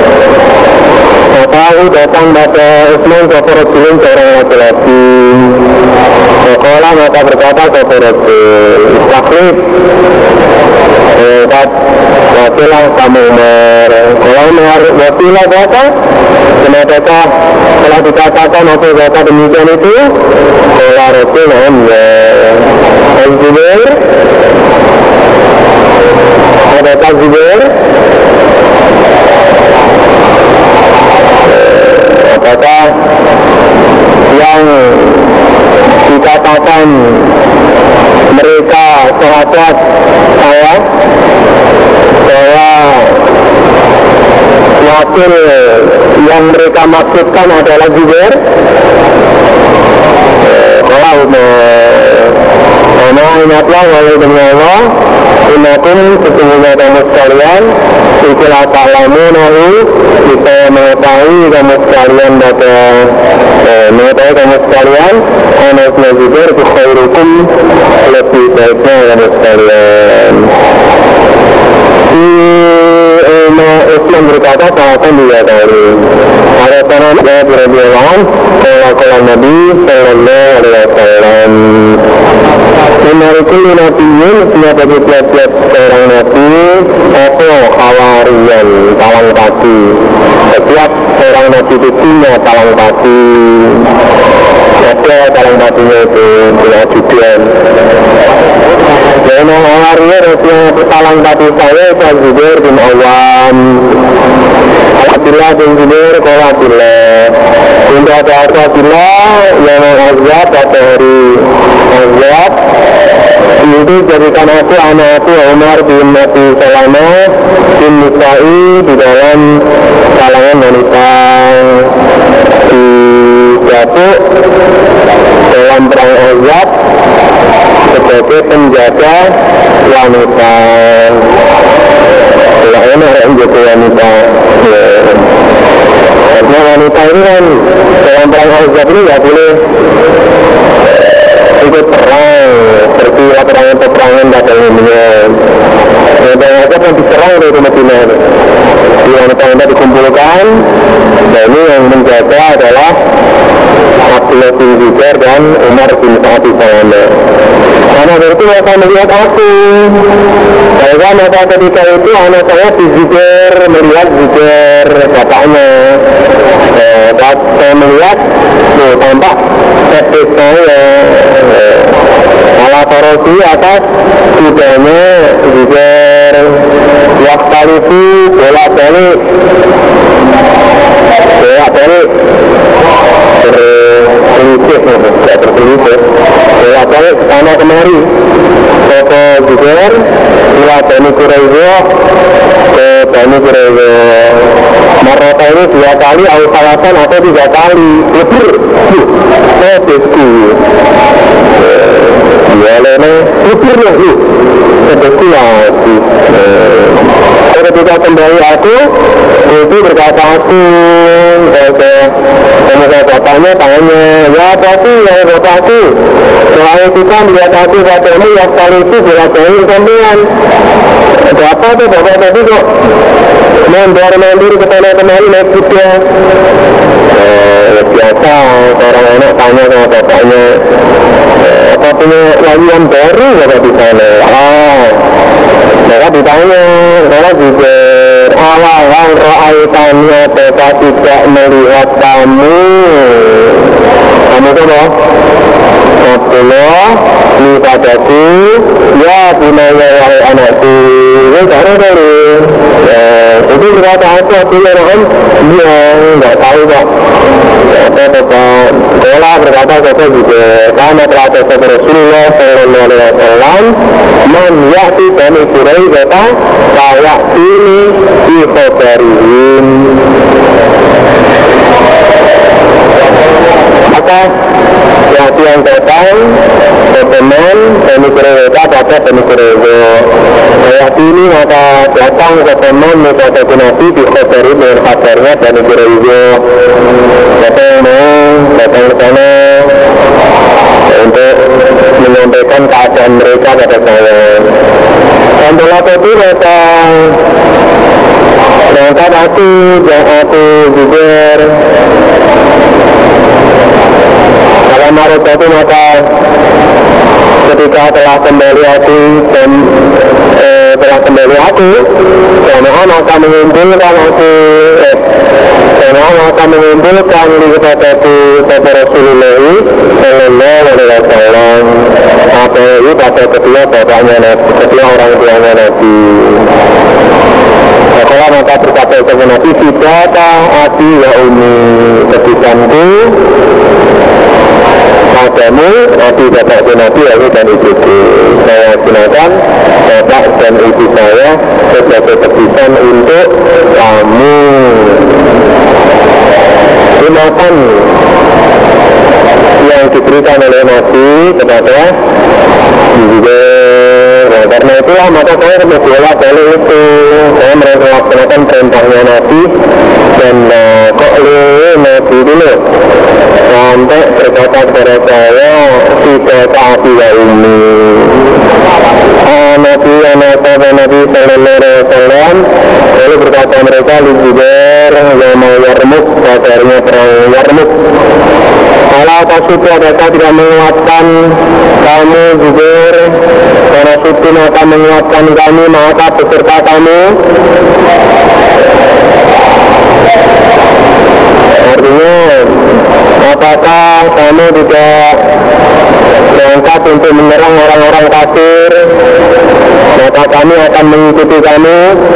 Tahu datang pada Utsman Soporojulun seorang laki-laki. Sekolah maka berkata Soporojul Taklif Hebat Wakilah kamu Umar. Kalau Umar wakilah kata kenapa telah dikatakan apa kata demikian itu. Kalau Rasul namanya Al-Zubair ada tak Zubair. Apakah yang dikatakan mereka sahabat saya bahwa wakil yang mereka maksudkan adalah Zubair? Kalau Umar ingatlah walau demi Allah Inakum sesungguhnya kamu sekalian Ikulah ta'lamu nahu kita mengetahui kamu sekalian pada eh, mengetahui kamu sekalian Anasnya Zubair itu khairukum lebih baiknya kamu sekalian. Di Umar Utsman berkata sahabat dia tadi ada tanah saya berbiawan kalau Nabi Sallallahu Alaihi Wasallam Menarikul nabiyin setiap bagi tiap-tiap seorang nabi Opo khawarian talang kaki. Setiap seorang nabi itu punya talang kaki. Ada talang kakinya itu punya judian. Dan khawarian itu talang kaki saya Pak Zubair bin Awam. Alhamdulillah bin Zubair kalau Alhamdulillah Bunda ada Alhamdulillah yang mengazab pada hari azab itu jadikan aku anakku Umar bin Nabi Salama bin Nisa'i di dalam kalangan wanita dijatuh dalam perang azab sebagai penjaga wanita. Tidak enak yang jadi wanita ya. Karena wanita ini kan dalam perang azab ini tidak boleh ikut perang seperti peperangan-peperangan pada umumnya. Dan azab yang diserang dari Madinah di wanita-wanita dikumpulkan. Dan ini yang menjaga adalah Abdullah bin Zubair dan Umar bin Sa'ad Salama. Karena dari itu mereka melihat aku. Bahwa maka ketika itu anak saya di Zubair melihat Zubair bapaknya. Saat saya melihat, tuh tampak septis saya ala korosi atas kudanya Zubair. Waktu itu bolak-balik bolak-balik berselisih, tidak berselisih bolak-balik sana kemari ke Zubair ila Bani Quraisyah ke Bani Quraisyah. Marrata ini dua kali awsalatan atau tiga kali lebih oh besku ya lene lebih lebih sebesku lagi. Ketika kembali aku itu berkata aku ke Maka bapaknya tanya, ya pasti, ya bapakku, soalnya kita melihat aku padamu yang kali itu bela-belain sampean. Ada apa tuh bapak tadi kok mondar-mandir ke sana-kemari naik kuda? Eh, biasa orang anak tanya sama bapaknya, eh, apa punya laluan baru apa di sana? Ah, maka ditanya, kalau juga awal-awal ra'aitannya bapak tidak melihat kamu. Kamu tuh loh, Abdullah, ini padaku, ya bunaya wahai anakku. Ini karena dari, ya, itu berkata aku, Abdullah Rahman, dia nggak tahu kok. Apa bapak sekolah berkata kata juga, karena telah tersebut Rasulullah Sallallahu Alaihi Wasallam, man ya'ti bani Quraisy kata, kayak ini dikhabarin. Maka yang yang datang teman Bani Quraidah pada Bani Quraidah kayak ini maka datang ke teman Musa Nabi dikhabarin dengan kabarnya Bani Quraidah datang mau datang ke sana untuk menyampaikan keadaan mereka pada saya. Sampai itu datang berangkat aku dan aku juga dalam marut itu maka ketika telah kembali aku dan eh, telah kembali aku jamaah maka mengumpulkan aku eh, jamaah maka mengumpulkan di kepadaku kepada Rasulullah Sallallahu Alaihi Wasallam apa itu pada kedua bapaknya Nabi, kedua orang tuanya Nabi. Setelah maka berkata kepada Nabi, Sidata Abi ya Umi, ketikanku padamu, Nabi bapak dan Nabi aku dan ibuku. Saya gunakan bapak dan ibu saya sebagai tebusan untuk kamu. Gunakan yang diberikan oleh Nabi kepada juga. Nah, karena itulah maka saya berbola balik itu saya melaksanakan perintahnya Nabi dan uh, kok lu Nabi dulu sampai berkata kepada saya tidak tapi ya ini uh, Nabi anak Nabi Sallallahu Alaihi Wasallam lalu berkata mereka Lijubar yang mau Yarmuk kabarnya perang Yarmuk. Kalau Tasuku adakah tidak menguatkan kamu juga karena suku maka menguatkan kami maka beserta kamu. Artinya apakah kamu tidak berangkat untuk menyerang orang-orang kafir maka kami akan mengikuti kamu.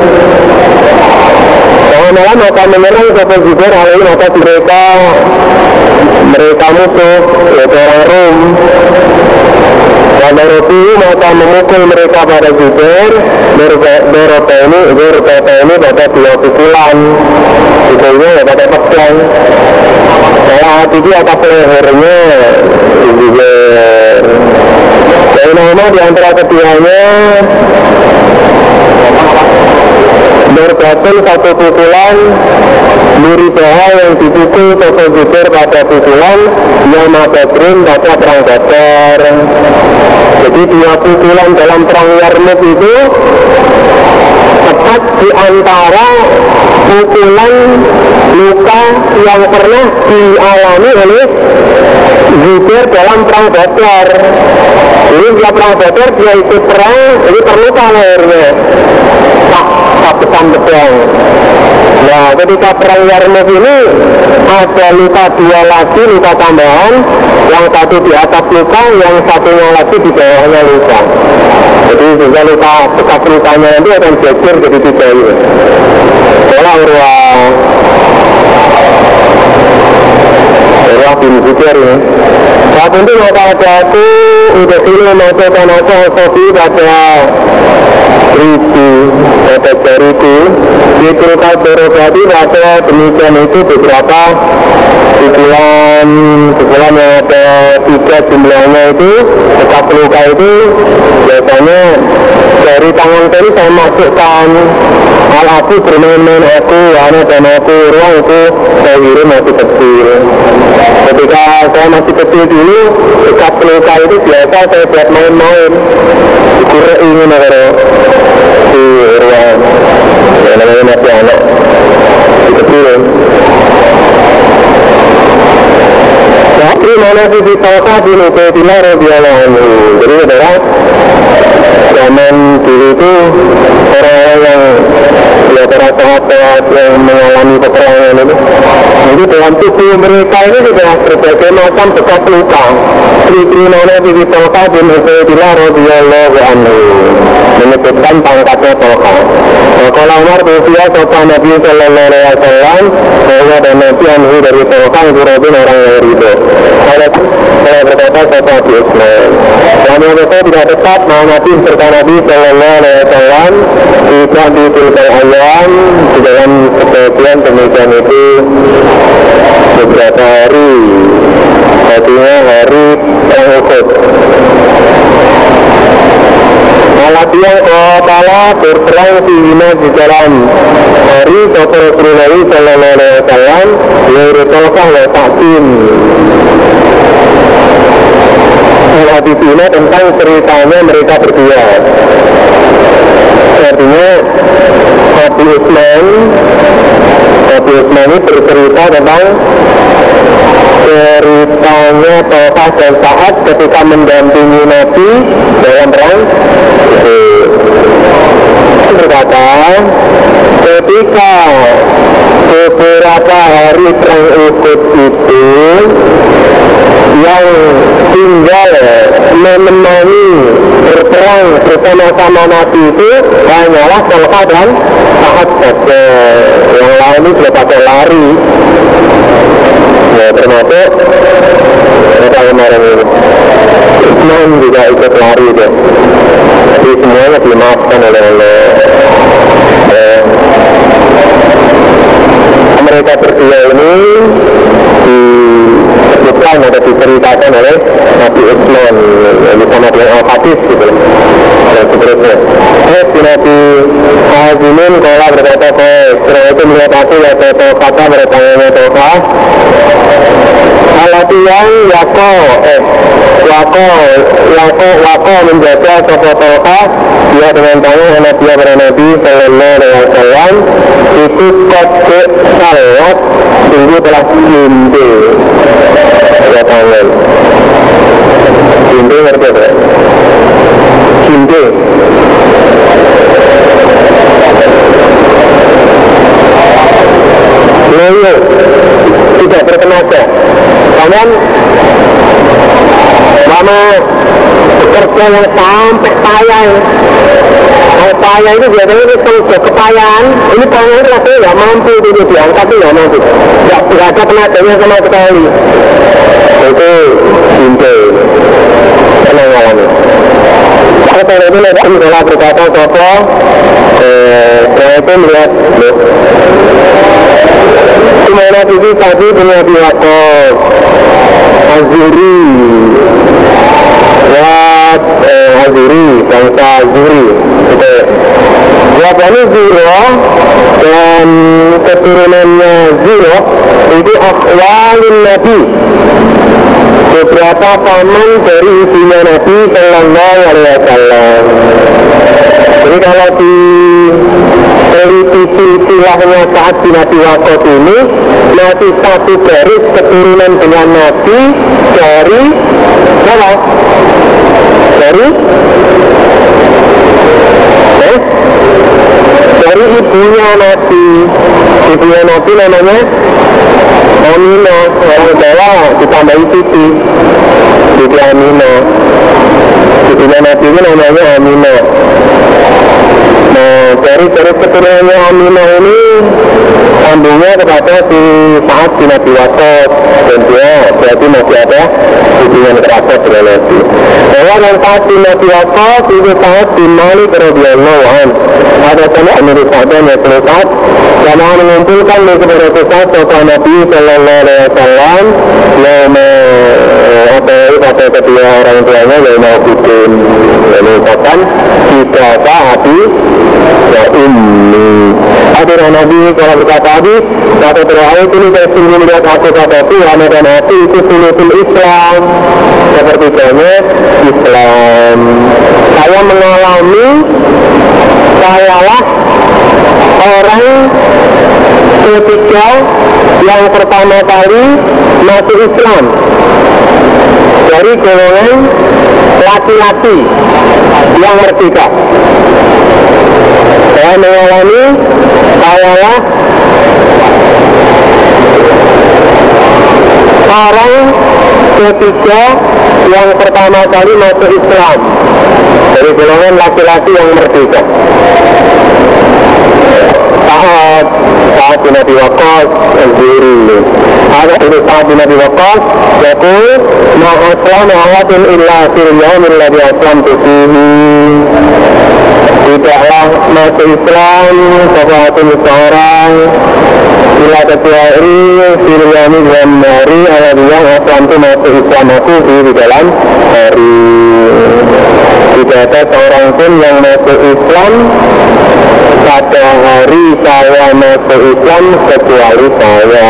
Kalau malam akan menyerang kepada Zubair alaihi maka mereka mereka musuh yaitu orang Rom. Pada Robi maka memukul mereka pada Zubair berapa ini berapa ini pada dua pukulan pukulnya ya pada pedang. Saya hati dia atas lehernya Zubair. Dari nama di antara keduanya berbatul satu pukulan Muribaha yang dipukul Sosok Zubair pada pukulan Yama Badrin pada perang Badar. Jadi dua pukulan dalam perang Yarmuk itu tepat di antara pukulan luka yang pernah dialami oleh Zubair dalam perang Badar. Ini setelah perang Badar dia ikut perang, ini terluka lehernya tak sabetan pedang. Nah ketika perang Yarmuk ini ada luka dua lagi, luka tambahan, yang satu di atas luka, yang satunya lagi di bawahnya luka. Jadi juga luka bekas lukanya nanti akan geser jadi tiga ini. Seolah Urwah Urwah bin Zubair ini. Saat itu maka ada aku untuk ini memasukkan aku sofi pada ribu pada jariku itu kalau berarti pada demikian itu beberapa pukulan pukulan yang ada tiga jumlahnya itu tetap luka itu biasanya dari tangan kiri saya masukkan al aku bermain-main aku anak dan aku ruang itu saya kirim masih kecil. ketika saya masih kecil dulu, dekat peluka itu biasa saya buat main-main. Kira ingin kalau di ruang yang namanya masih anak kecil. Tapi mana sih di Tolka di Nukotina Radhiyallahu anhu. Jadi saudara, zaman dulu itu orang-orang yang ya para sahabat yang mengalami peperangan itu, jadi dalam tubuh mereka ini sudah berbagai macam bekas luka. Di mana sih di Tolka di Nukotina Radhiyallahu anhu menyebutkan pangkatnya Tolka. Kalau Umar berfiat sopan Nabi Sallallahu Alaihi Wasallam bahwa dan Nabi anhu dari Tolka itu Robin orang yang ridho. Kalau saya berkata sopan di Islam, namun mereka tidak tetap menghormati serta Nabi Sallallahu Alaihi Wasallam tidak di tilkal ayam di dalam sebagian demikian itu beberapa hari, artinya hari perang Uhud. Alatian kotala berperang sihina di dalam hari kota Rasulullah Sallallahu Alaihi Wasallam yaitu Tolkah wa Ta'zim. Hadis ini tentang ceritanya mereka berdua. Artinya Abu Utsman Abu Utsman ini bercerita tentang ceritanya Tolkah dan Sa'ad ketika mendampingi Nabi dalam perang itu. Berkata, ketika beberapa hari perang Uhud itu yang tinggal menemani berperang bersama-sama Nabi itu hanyalah Tolkah dan Sa'ad saja. Yang lain itu sudah pada lari. Ya, termasuk mereka kemarin ini Utsman juga ikut lari deh. Jadi semuanya dimaafkan oleh Allah. eh, Mereka berdua ini disebutkan atau diceritakan oleh Nabi Utsman yang disama dengan Al-Hadis gitu dan seterusnya. Eh, si Nabi Hazimin kalau berkata ke setelah itu melihat aku ya kata bertanya Tolka Alatian Yako eh Wako Wako Wako menjaga sopo Tolka dia dengan tangan anak dia pada Nabi Sallallahu Alaihi Wasallam itu kode salat sungguh telah jinde ya tangan jinde ngerti apa? Jinde loyo tidak bertenaga. Kawan mama bekerja yang sampai payah. Kalau payah itu biasanya itu sudah kepayahan. Ini payah itu rasanya nggak mampu itu diangkat itu nggak mampu. Nggak ada tenaganya sama sekali. Itu jinde. Tenang alami. Kalau ini nanti kalau berkata sopo, saya itu melihat loh. Dimana itu tadi punya Biwakos Azuri Wat eh, Azuri bangsa Azuri Wabani Zuro dan keturunannya Zuro itu akhwalin Nabi, beberapa paman dari ibunya Nabi Sallallahu Alaihi Wasallam. Jadi kalau di teliti silsilahnya saat di Nabi Waqqas ini masih satu garis keturunan dengan Nabi dari apa? Dari eh? dari ibunya Nabi. Ibunya Nabi namanya Aminah, orang Jawa ditambahi Siti, Siti Aminah. Ibunya Nabi ini namanya Aminah. Nah, dari garis keturunannya Aminah ini sambungnya kepada si Sa'ad bin Abi Waqqas, dan dia berarti masih ada hubungan kerabat dengan Nabi. Bahwa yang Sa'ad bin Abi Waqqas itu Sa'ad bin Malik radhiyallahu anhu. Ada sama Amir Sa'dan yang Sa'ad yang mengumpulkan kepada Sa'ad sopan Nabi Sallallahu Alaihi Wasallam nama apa kata kedua orang tuanya yang mau bikin mengucapkan kita Sa'adi wa ummi. Akhirnya Nabi kalau berkata Abi, kata terakhir ini saya sungguh melihat aku kataku, anak dan hati itu sulutul Islam, sepertiganya Islam. Saya mengalami, sayalah orang ketiga yang pertama kali masuk Islam dari golongan laki-laki yang merdeka. Saya mengalami, sayalah orang ketiga yang pertama kali masuk Islam dari golongan laki-laki yang merdeka. Saat saat bin Abi Waqqas al-Zuri, ada itu saat bin Abi Waqqas yaqul ma aslama ahadun illa fil yawmil ladzi aslamtu fihi. Tidaklah masuk Islam sesuatu seorang bila kecuali fil yawmil dan hari alladzi aslamtu masuk Islam aku di dalam hari. Tidak ada seorang pun yang masuk Islam pada hari saya masuk Islam kecuali saya.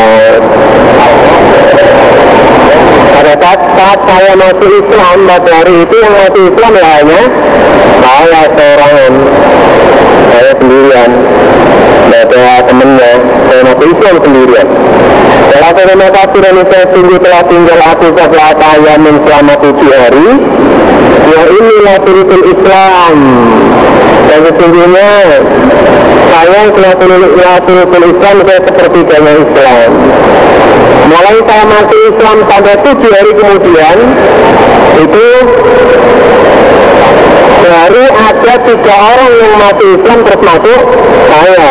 Pada saat, saat saya masuk Islam pada hari itu yang masuk Islam ya hanya saya seorang, saya sendirian. Tidak ada temennya, saya masuk Islam sendirian. Setelah terima kasih dan saya sungguh telah tinggal aku setelah saya selama tujuh hari. Ya inilah turutun Islam. Dan sesungguhnya saya telah turutun Islam, saya seperti dalam Islam. Mulai saya masuk Islam sampai tujuh hari kemudian itu baru ada tiga orang yang masuk Islam terus masuk saya.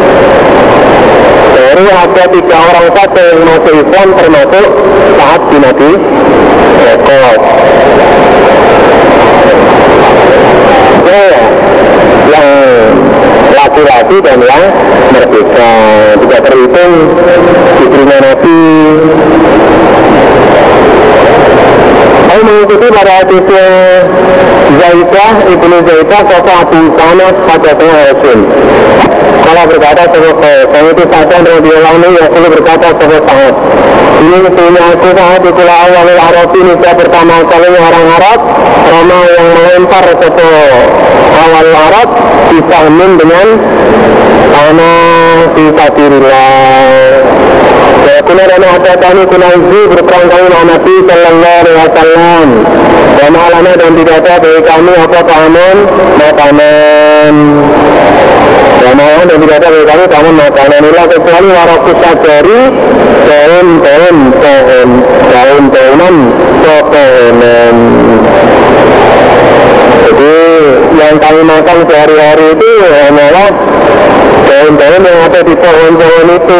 Baru ada tiga orang saja yang masuk Islam termasuk Sa'ad bin Abi Waqqas. Ya, yang laki-laki dan yang merdeka, tidak terhitung istrinya Nabi. Saya mengikuti pada hadisnya Zaidah ibnu Zaidah kata Abu Usama pada Rasul. Kalau berkata sebagai saya itu saja radhiyallahu anhu ya kalau berkata sebagai ini punya aku saat itulah awal Arab ini saya pertama kali orang Arab Roma yang melempar ke awal Arab disahmin dengan tanah fisabilillah. Ya kuna dan ada kami kuna izi berperang kami dengan Nabi sallallahu alaihi wasallam. Dan malana dan tidak ada dari kami apa pahaman makanan. Dan malam dan tidak ada dari kami pahaman makanan inilah kecuali warakus sajari daun-daun pohon daun-daunan pohonan. Jadi yang kami makan sehari-hari itu hanyalah daun-daun yang ada di pohon-pohon itu.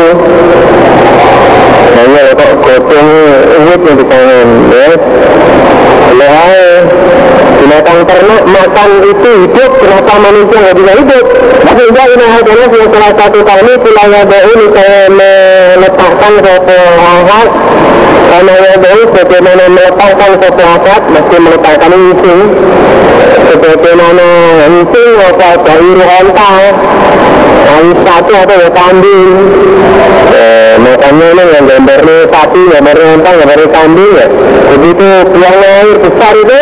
Hanya kok gotong uwit yang di tangan ya. Lehai binatang ternak makan itu hidup, kenapa manusia nggak bisa hidup? Sehingga ini adalah salah satu kali pulangnya ini saya meletakkan suatu hal karena ya baik bagaimana meletakkan suatu hal mesti meletakkan itu sebagaimana itu apa dari ruanta hari satu atau ya kambing eh, makanya ini yang gambarnya sapi, gambarnya onta, gambarnya kambing ya begitu buang air besar itu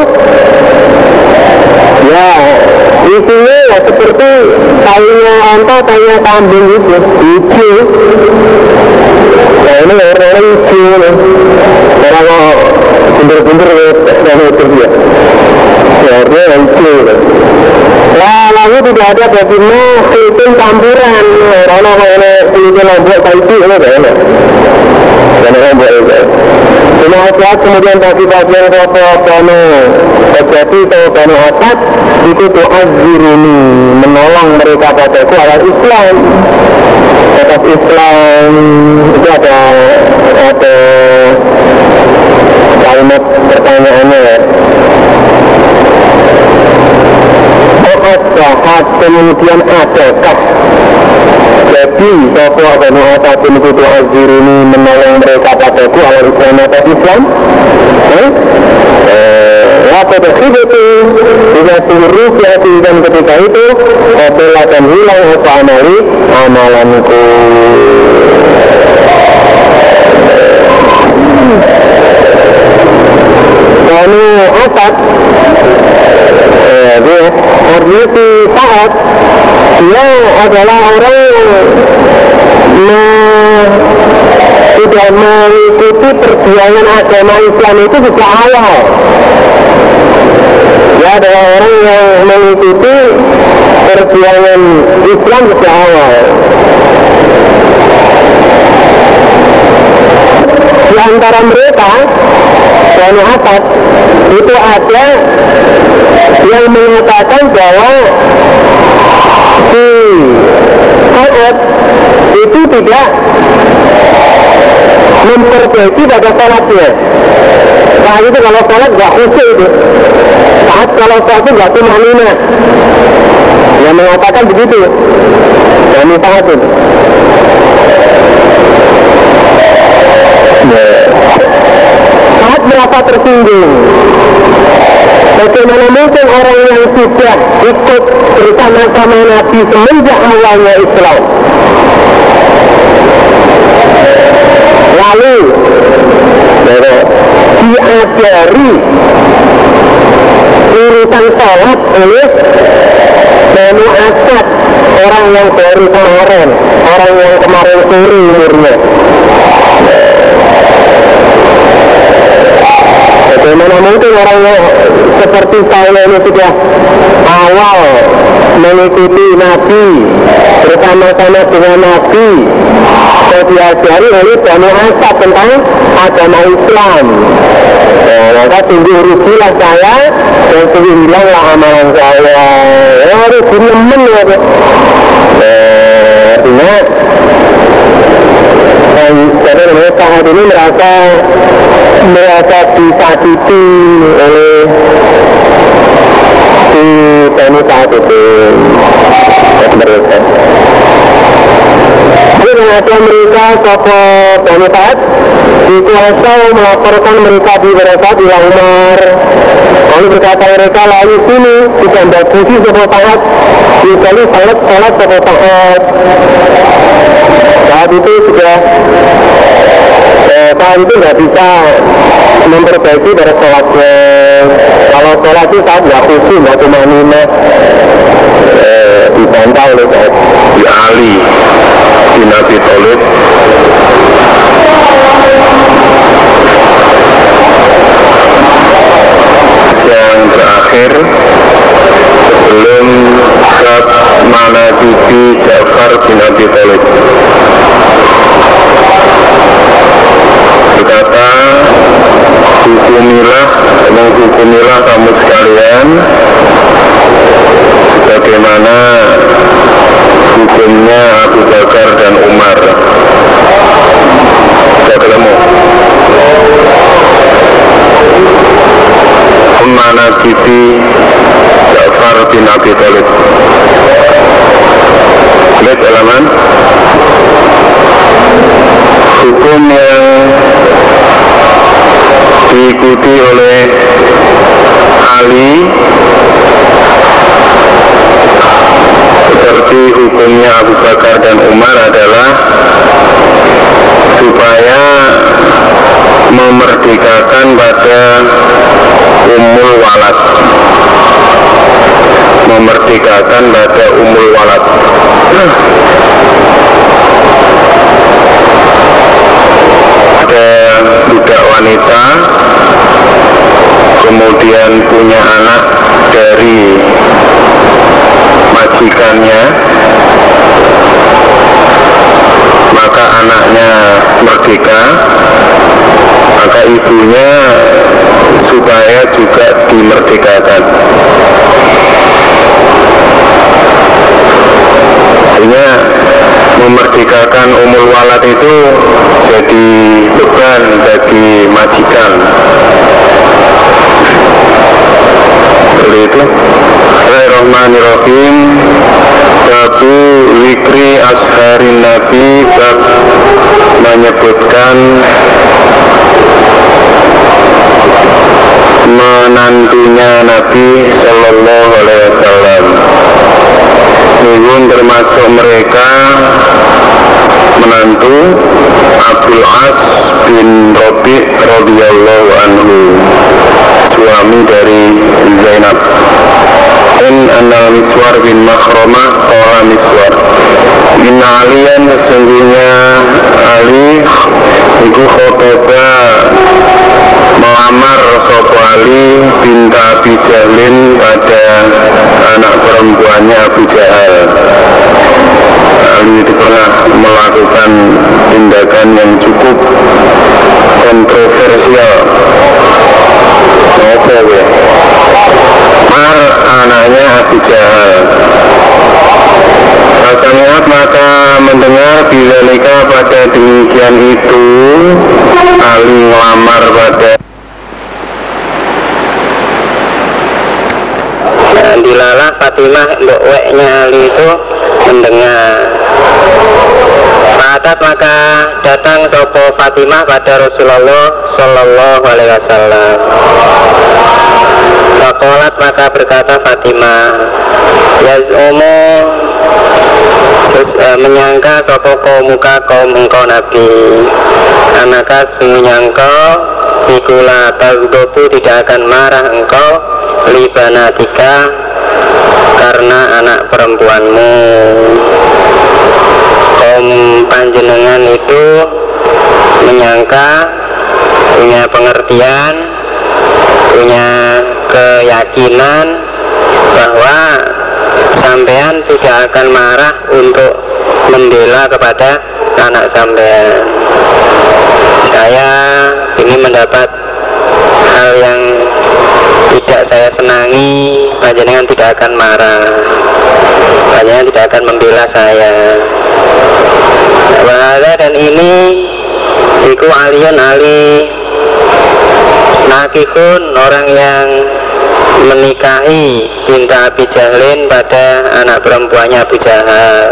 ya isinya ya seperti kayunya onta, kayunya kambing itu hijau. Nah ini orang-orang hijau orang kok bundur-bundur dari itu dia ya orangnya hijau. Nah lalu tidak ada bagiannya itu campuran orang-orang kalau ini kulitnya lombok kaiti ini bagaimana karena lombok itu cuma saat kemudian bagi bagian kono terjadi atau kono atas itu tu'azziruni menolong mereka padaku ala Islam atas Islam itu ada ada kalimat pertanyaannya ya apakah kemudian adakah jadi bahwa Banu Asadin itu tu'azziruni menolong mereka padaku ala Islam atas Islam eh? Lapa tersebut sehingga seluruh kehidupan ketika itu opelah dan hilang apa amali amalanku. Banu Asad eh, dia artinya si Sa'ad, dia adalah orang yang sudah mengikuti perjuangan agama Islam itu sejak awal. Dia adalah orang yang mengikuti perjuangan Islam sejak awal. Di antara mereka Banu Asad itu ada yang mengatakan bahwa si Sa'ad itu tidak memperbaiki pada salatnya. Nah itu kalau salat gak khusyuk itu. Saat kalau salat itu gak tumanina. Yang mengatakan begitu Banu Sa'ad itu. Saat merasa tersinggung, bagaimana mungkin orang yang sudah ikut bersama-sama Nabi semenjak awalnya Islam, lalu diajari urusan sholat oleh Banu Asad, orang yang baru kemarin, orang yang kemarin sore umurnya. Bagaimana mungkin orang yang seperti saya ini sudah awal mengikuti Nabi, bersama-sama dengan Nabi, saya diajari oleh Banu Asad tentang agama Islam. Nah, maka sungguh rugilah saya dan sungguh hilanglah amalan saya. Ya, rugi nemen ya. Nah, artinya jadi mereka saat ini merasa merasa disakiti oleh si Banu Sa'ad itu mereka. Jadi mengatakan mereka tokoh Banu Sa'ad dikuasa melaporkan mereka di mereka di Umar. Lalu berkata mereka lalu sini tidak bagusi sebuah saat dikali salat salat sebuah saat. Saat itu sudah eh, saat itu nggak bisa memperbaiki dari sholatnya. Kalau sholat itu saat nggak khusyuk, nggak tumanina, eh, dibantah oleh saat di Ali bin Abi Thalib. Yang terakhir sebelum bab manaqibi Ja'far bin Abi Thalib, berkata, hukumilah, menghukumilah kamu sekalian bagaimana hukumnya Abu Bakar dan Umar. Sudah ketemu manaqibi Ja'far bin Abi Thalib. Lihat halaman. Hukum yang diikuti oleh Ali seperti hukumnya Abu Bakar dan Umar adalah supaya memerdekakan pada Ummul Walad, memerdekakan pada Ummul Walad. Ada budak wanita kemudian punya anak dari majikannya, maka anaknya merdeka, maka ibunya supaya juga dimerdekakan. Artinya memerdekakan Ummul Walad itu jadi beban bagi majikan. Seperti itu. Bismillahirrahmanirrahim. Babu wikri asharin Nabi, bab menyebutkan menantunya Nabi Nabi Sallallahu Alaihi Wasallam. Nigun termasuk mereka menantu Abdul As bin Rabi radhiyallahu anhu, suami dari Zainab. In anna Miswar bin Makhramah qala Miswar, inna aliyan, sesungguhnya Ali iku khotoba melamar sopo Ali binta Abi Jahlin pada anak perempuannya Abu Jahal. Ali itu pernah melakukan tindakan yang cukup kontroversial. Apa ya? Mar anaknya Abu Jahal. Rasulullah maka mendengar bila nikah pada demikian itu, Ali melamar pada dilalah Fatimah mbok weknya Ali itu mendengar. Fatat maka datang sopo Fatimah pada Rasulullah Sallallahu Alaihi Wasallam. Faqalat maka berkata Fatimah, yaz'umu, uh, menyangka sopo kaum muka kaum engkau Nabi, anaka sungguhnya engkau ikula tazdobu tidak akan marah engkau libanatika karena anak perempuanmu. Kaum panjenengan itu menyangka, punya pengertian, punya keyakinan bahwa sampean tidak akan marah untuk membela kepada anak sampean. Saya ingin mendapat hal yang tidak saya senangi, panjenengan tidak akan marah, panjenengan tidak akan membela saya. Wahada, dan ini iku aliyun Ali nakihun, orang yang menikahi binta Abi Jahlin pada anak perempuannya Abu Jahal.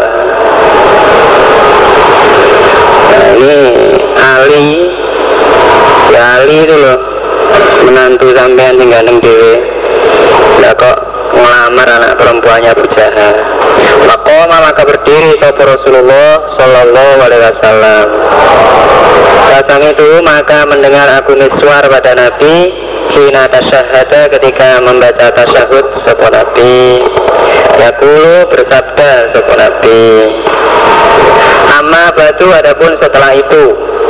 Nah, ini Ali, ya Ali itu loh, menantu sampean tinggal neng dewe, nggak kok ngelamar anak perempuannya Abu Jahal. Maqama maka berdiri sapa Rasulullah Sallallahu Alaihi Wasallam. Pasang itu maka mendengar Abu Miswar pada Nabi hina tasyahada, ketika membaca tasyahud sapa Nabi. Yaqulu, bersabda sapa Nabi, amma batu, adapun setelah itu,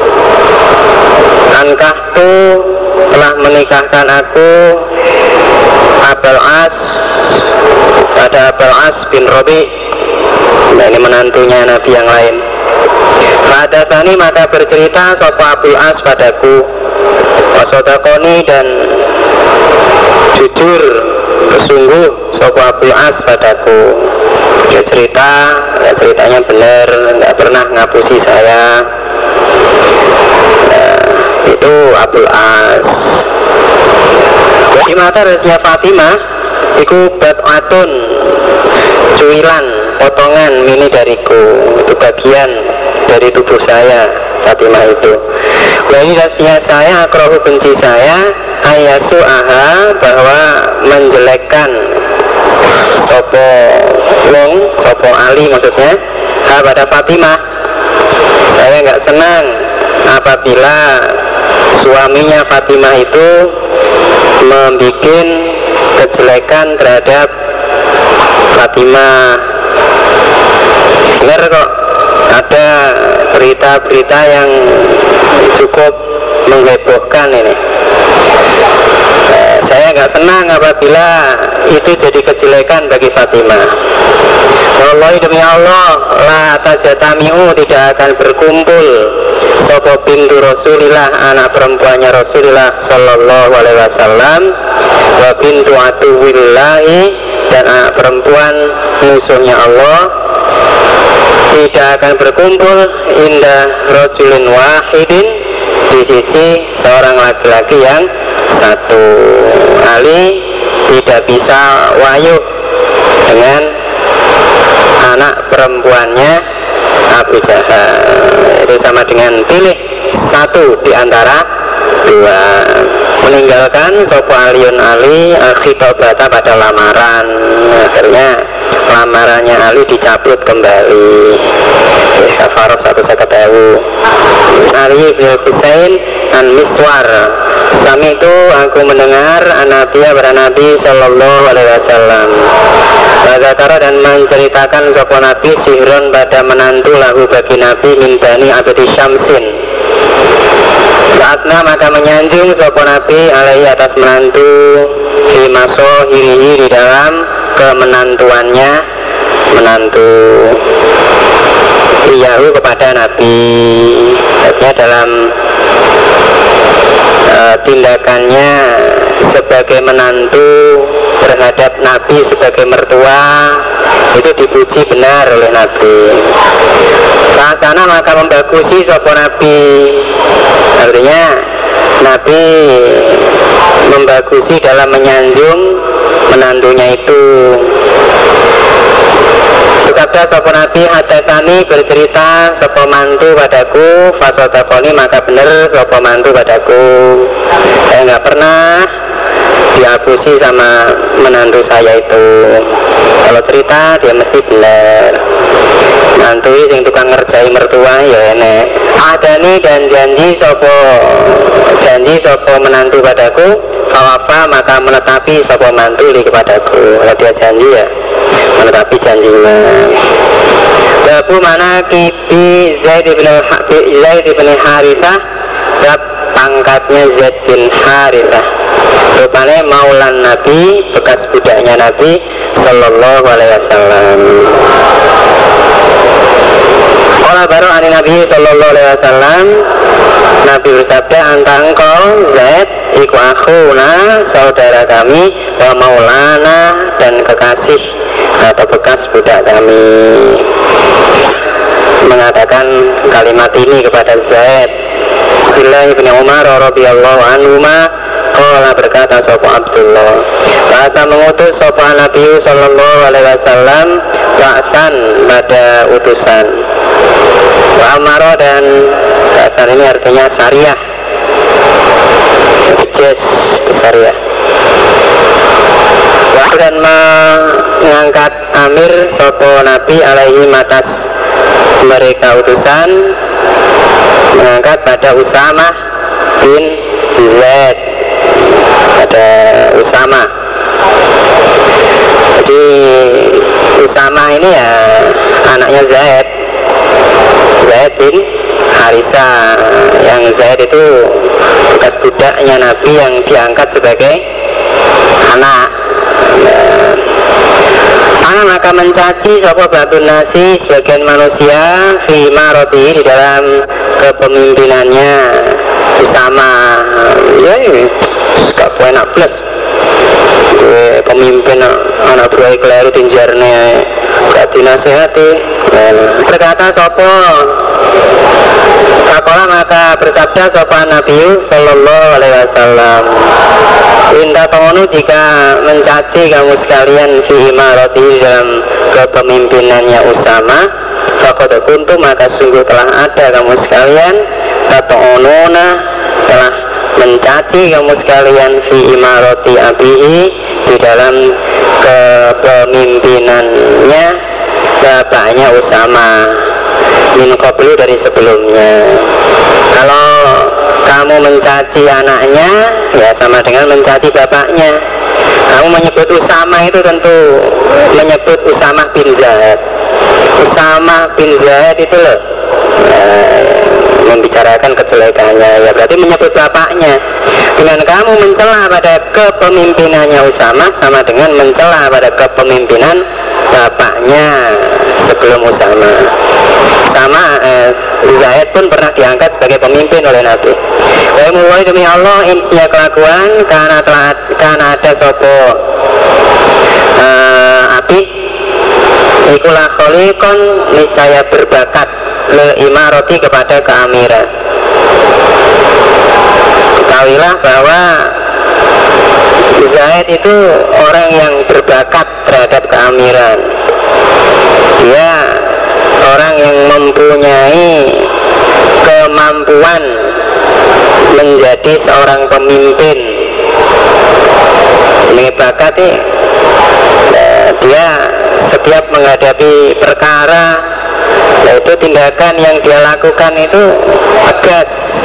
ankahtu, telah menikahkan aku Abul As pada Abul As bin Rabi. Nah, ini menantunya Nabi yang lain. Hadatsani maka bercerita sapa Abul As padaku, wasodakoni, dan jujur bersungguh sapa Abul As padaku. Dia cerita, ya ceritanya benar, nggak pernah ngapusi saya. Nah, itu Abul As. Jadi mata resnya Fatimah iku bat'atun, cuilan, potongan mini dariku, itu bagian dari tubuh saya. Fatimah itu, ini rasanya saya akrohu, benci saya, ayasu aha, bahwa menjelekkan sopo wong, sopo Ali maksudnya, ha pada Fatimah. Saya nggak senang apabila suaminya Fatimah itu membuat kejelekan terhadap Fatimah. Benar kok, ada berita-berita yang cukup menghebohkan ini. Eh, saya nggak senang apabila itu jadi kejelekan bagi Fatimah. Wallahi, demi Allah, la tajatamiu, tidak akan berkumpul sopo bintu Rasulillah, anak perempuannya Rasulullah Sallallahu Alaihi Wasallam, wa bintu atuwillahi, dan anak perempuan musuhnya Allah, tidak akan berkumpul indah rajulin wahidin, di sisi seorang laki-laki yang satu. Ali tidak bisa wayuk dengan anak perempuannya Abu Jahal. Itu sama dengan pilih satu di antara dua. meninggalkan sopo Aliun Ali khitobata pada lamaran. Akhirnya lamarannya Ali dicabut kembali. Safarah satu seketahu. Ali bin Husain an Miswar. Sami itu aku mendengar Nabiya pada Nabi Sallallahu Alaihi Wasallam. Bazakara dan menceritakan sopo Nabi sihron pada menantu lahu bagi Nabi min bani Abdi Syamsin. Saatnya maka menyanjung sopo Nabi alaihi atas menantu fi maso hirihi di dalam kemenantuannya, menantu iyahu kepada Nabi. Artinya dalam uh, tindakannya sebagai menantu terhadap Nabi sebagai mertua itu dipuji benar oleh Nabi. Saat sana maka membagusi sopo Nabi. Artinya Nabi membagusi dalam menyanjung menantunya itu. Berkata sopo Nabi hadasani bercerita sopo mantu padaku fasodakoni maka benar sopo mantu padaku. Saya nggak pernah diakusi sama menantu saya itu. Kalau cerita dia mesti benar. Mantu yang tukang ngerjai mertua ya enek. Adani dan janji sopo janji sopo menantu padaku. Fawafa maka menetapi sopo mantu li kepadaku. Kalau dia janji ya menetapi janjinya. Babu mana kibi Zaid bin Zaid bin Harithah. Bab pangkatnya Zaid bin Harithah. Rupanya maulan Nabi, bekas budaknya Nabi Sallallahu Alaihi Wasallam. Olah baru ani Nabi Sallallahu Alaihi Wasallam. Nabi bersabda, anta engkau Zaid iku akhuna saudara kami wa maulana dan kekasih atau bekas budak kami. Mengatakan kalimat ini kepada Zaid. Abdullah bin Umar radhiyallahu anhuma qala berkata sapa Abdullah, kata mengutus sapa Nabi sallallahu alaihi wasallam ba'san pada utusan. Wa amara dan kata ini artinya syariah. Jes syariah. Dan mengangkat amir sapa Nabi alaihi atas mereka utusan, mengangkat pada Usamah bin Zaid, pada Usamah. Jadi Usamah ini ya anaknya Zaid, Zaid bin Harisa. Yang Zaid itu bekas budaknya Nabi yang diangkat sebagai anak. Ana maka mencaci sapa batun nasi sebagian manusia fi maroti di dalam kepemimpinannya Usama. Ya ini gak enak plus pemimpin anak buah keliru tinjarnya gak dinasehati. Berkata sapa Kakola maka bersabda sopan Nabi Sallallahu Alaihi Wasallam, Indah pengono jika mencaci kamu sekalian fi imarati dalam kepemimpinannya Usama, fakoda kuntu maka sungguh telah ada kamu sekalian atau onona telah mencaci kamu sekalian fi imarati abihi di dalam kepemimpinannya bapaknya Usama min qablu dari sebelumnya. Kalau kamu mencaci anaknya ya sama dengan mencaci bapaknya. Kamu menyebut Usama itu tentu menyebut Usama bin Zaid. Usama bin Zaid itu loh ya, membicarakan kejelekannya ya berarti menyebut bapaknya. Dengan kamu mencela pada kepemimpinannya Usama sama dengan mencela pada kepemimpinan bapaknya sebelum Usama. Sama eh, Zaid pun pernah diangkat sebagai pemimpin oleh Nabi. Wa mulai demi Allah insya kelakuan karena telah karena ada sopo eh, api ikulah kholikon niscaya berbakat le imaroti kepada keamiran. Ketahuilah bahwa Zaid itu orang yang berbakat terhadap keamiran. Dia orang yang mempunyai kemampuan menjadi seorang pemimpin Ini bakat nih, nah, dia setiap menghadapi perkara, yaitu tindakan yang dia lakukan itu tegas,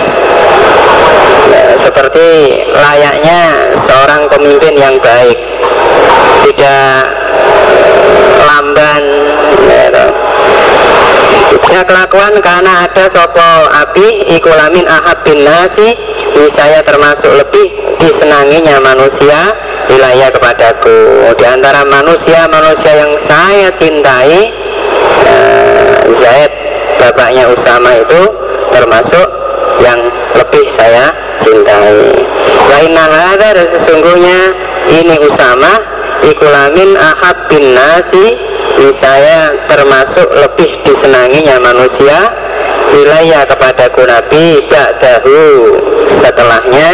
nah, seperti layaknya seorang pemimpin yang baik, tidak lamban, ya, ya kelakuan karena ada sopo api ikulamin ahad bin nasi, saya termasuk lebih disenanginya manusia wilayah kepadaku. Di antara manusia-manusia yang saya cintai, uh, Zaid bapaknya Usama itu termasuk yang lebih saya cintai. Wa inna hadza, dan sesungguhnya ini Usama ikulamin ahad bin nasi, saya termasuk lebih disenanginya manusia wilayah kepadaku Nabi ba'dahu, setelahnya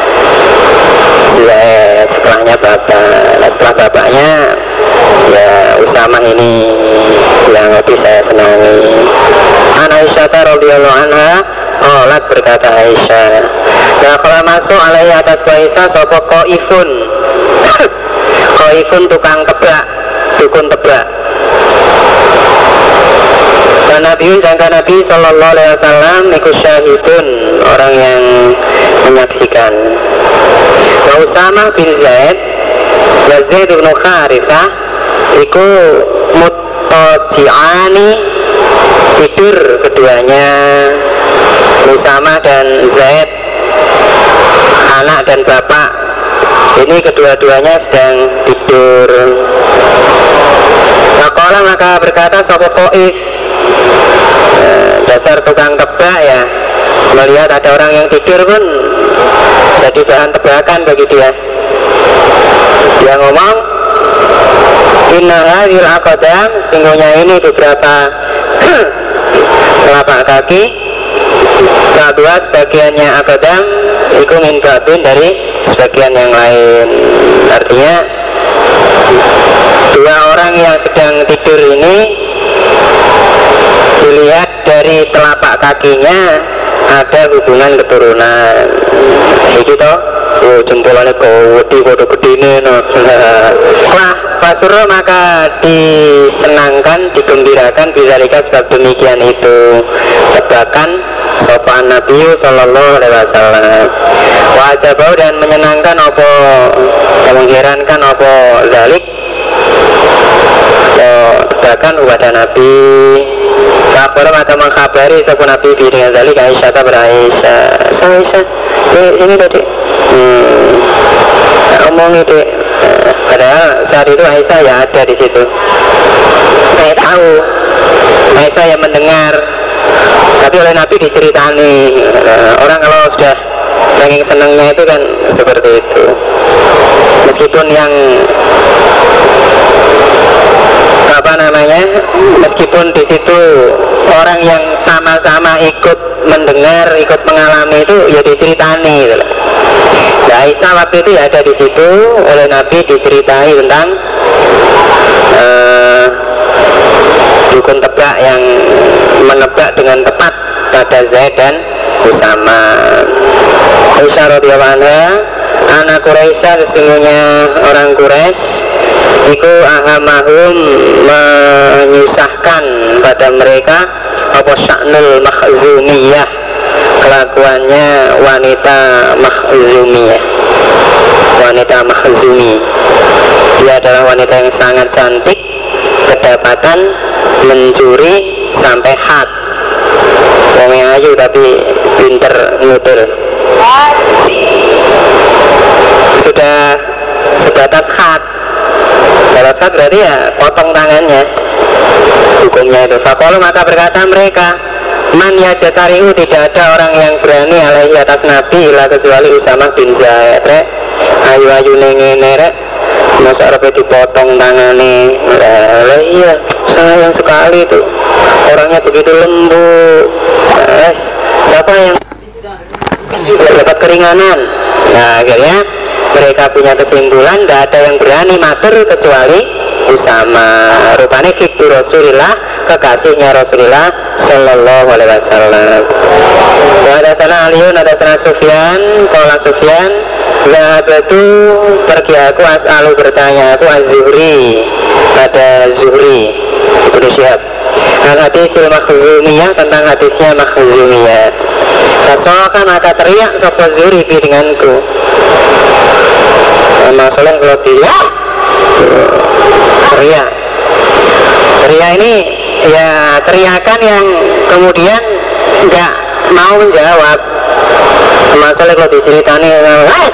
ya, setelahnya bapak. Nah, setelah bapaknya ya Usama ini yang lebih saya senangi. An Aisyah radhiyallahu anha, qalat, berkata Aisyah, nah kalau masuk alaihi atas Aisyah sapa qaifun qaifun tukang tebak, dukun tebak. Dan Nabi dan Nabi Sallallahu Alaihi Wasallam niku syahidun, orang yang menyaksikan. Wa Usama bin Zaid wa Zaid bin Kharithah iku mutaji'ani, tidur keduanya. Usama dan Zaid, anak dan bapak, ini kedua-duanya sedang tidur. Maka maka berkata sapa Qaif, dasar tukang tebak ya, melihat ada orang yang tidur pun jadi bahan tebakan bagi dia. Dia ngomong, inna hadhil aqdam, sungguhnya ini beberapa telapak kaki, kedua sebagiannya aqdam iku min babin, dari sebagian yang lain. Artinya dua orang yang sedang tidur ini dilihat dari telapak kakinya ada hubungan keturunan. Iki toh, oh jempolane gede, gede gedene no. Wah, Pasuro maka disenangkan, digembirakan bizalika, sebab demikian itu tebakan sopan Nabi Sallallahu Alaihi Wasallam. Wajabau, dan menyenangkan apa, mengherankan apa zalik, tebakan kepada Nabi. Kabar maka mengkabari sapa Nabi dengan zalik Aisyah ta Aisyah. Aisyah, ini tadi hmm, ngomong itu. Padahal saat itu Aisyah ya ada di situ. Saya tahu, Aisyah yang mendengar, tapi oleh Nabi diceritani. Orang kalau sudah saking senangnya itu kan seperti itu. Meskipun yang apa namanya, meskipun di situ orang yang sama-sama ikut mendengar, ikut mengalami itu ya diceritani gitu. Nah, Aisyah waktu itu ya ada di situ, oleh Nabi diceritai tentang uh, dukun tebak yang menebak dengan tepat pada Zaid dan Usama. Aisyah radhiyallahu anha, anak Quraisy, sesungguhnya orang Quraisy iku ahamahum, menyusahkan pada mereka apa sya'nul makhzumiyah, kelakuannya wanita makhzumiyah. Wanita makhzumi, dia adalah wanita yang sangat cantik, kedapatan mencuri sampai hat. Wongnya ayu tapi pinter ngutul. Sudah sebatas hat. Kalau saat berarti ya potong tangannya, hukumnya itu. Fakolu maka berkata mereka, man yajatariu, tidak ada orang yang berani alaihi atas Nabi ila kecuali Usama bin Zaid. Ayu-ayu nengene rek, masa arep dipotong tangannya. Lah iya, sayang sekali itu, orangnya begitu lembut. Yes. Siapa yang dapat keringanan? Nah akhirnya mereka punya kesimpulan tidak ada yang berani matur kecuali Usama. Rupanya fikir Rasulullah kekasihnya Rasulullah Sallallahu Alaihi Wasallam. Ada sana Aliun, ada sana Sufyan, Kola Sufyan. Nah itu pergi aku as'alu bertanya aku az-Zuhri pada Zuhri Ibnu Syihab al-hadisil makhzumiyah tentang hadisnya makhzumiyah. Rasulullah maka teriak sapa Zuhri denganku. Masalah kalau teriak teriak teriak ini ya teriakan yang kemudian enggak mau menjawab. Masalah kalau diceritani live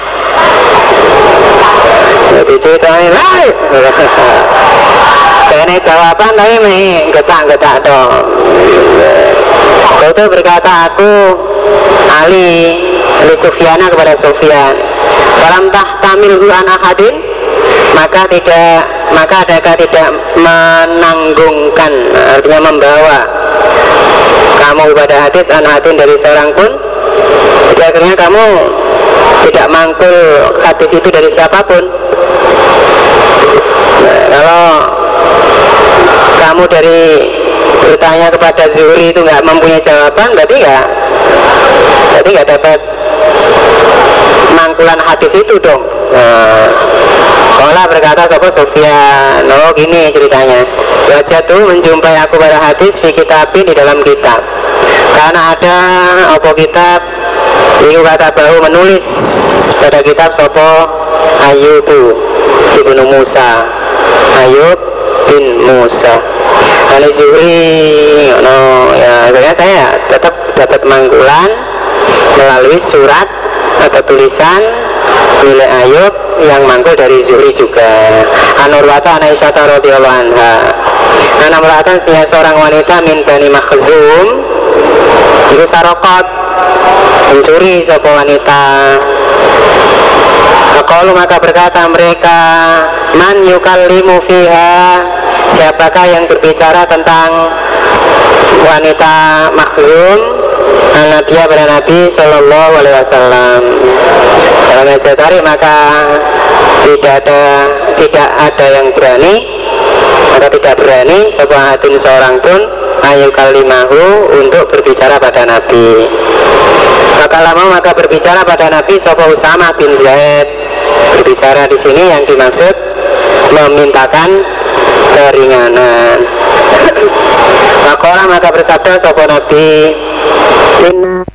diceritani live karena jawaban tapi meh getak-getak dong. Kau itu berkata aku Ali Ali Sufyana kepada Sufyan, dalam tahtamil an ahadin, maka tidak maka adakah tidak menanggungkan, artinya membawa kamu pada hadis an ahadin dari seorang pun. Jadi akhirnya kamu tidak mangkul hadis itu dari siapapun. Nah, kalau kamu dari bertanya kepada Zuhri itu nggak mempunyai jawaban, berarti ya berarti nggak dapat mangkulan hadis itu dong. Nah, Kola berkata sopo Sufyan, oh gini ceritanya. Wajah tuh menjumpai aku pada hadis fi kitabin di dalam kitab. Karena ada apa kitab itu kata bahu menulis pada kitab sopo Ayyubu ibnu Musa, Ayyub bin Musa. Ali Zuhri, no ya, akhirnya saya tetap dapat mangkulan melalui surat atau tulisan milik Ayyub yang mangkul dari Zuhri juga. Anurwata Aisyah radhiyallahu anha. Anak meratan seorang wanita min Bani Makhzum itu sarokot mencuri sebuah wanita. Kalau maka berkata mereka, man yukallimu fiha, siapakah yang berbicara tentang wanita Makhzum? Anak dia pada Nabi Sallallahu Alaihi Wasallam. Dalam meja tarik maka tidak ada tidak ada yang berani, maka tidak berani sebuah hadin seorang pun ayu kalimahu untuk berbicara pada Nabi. Maka lama maka berbicara pada Nabi Sopo Usama bin Zaid. Berbicara di sini yang dimaksud memintakan keringanan. Maka maka bersabda Sopo Nabi, Inna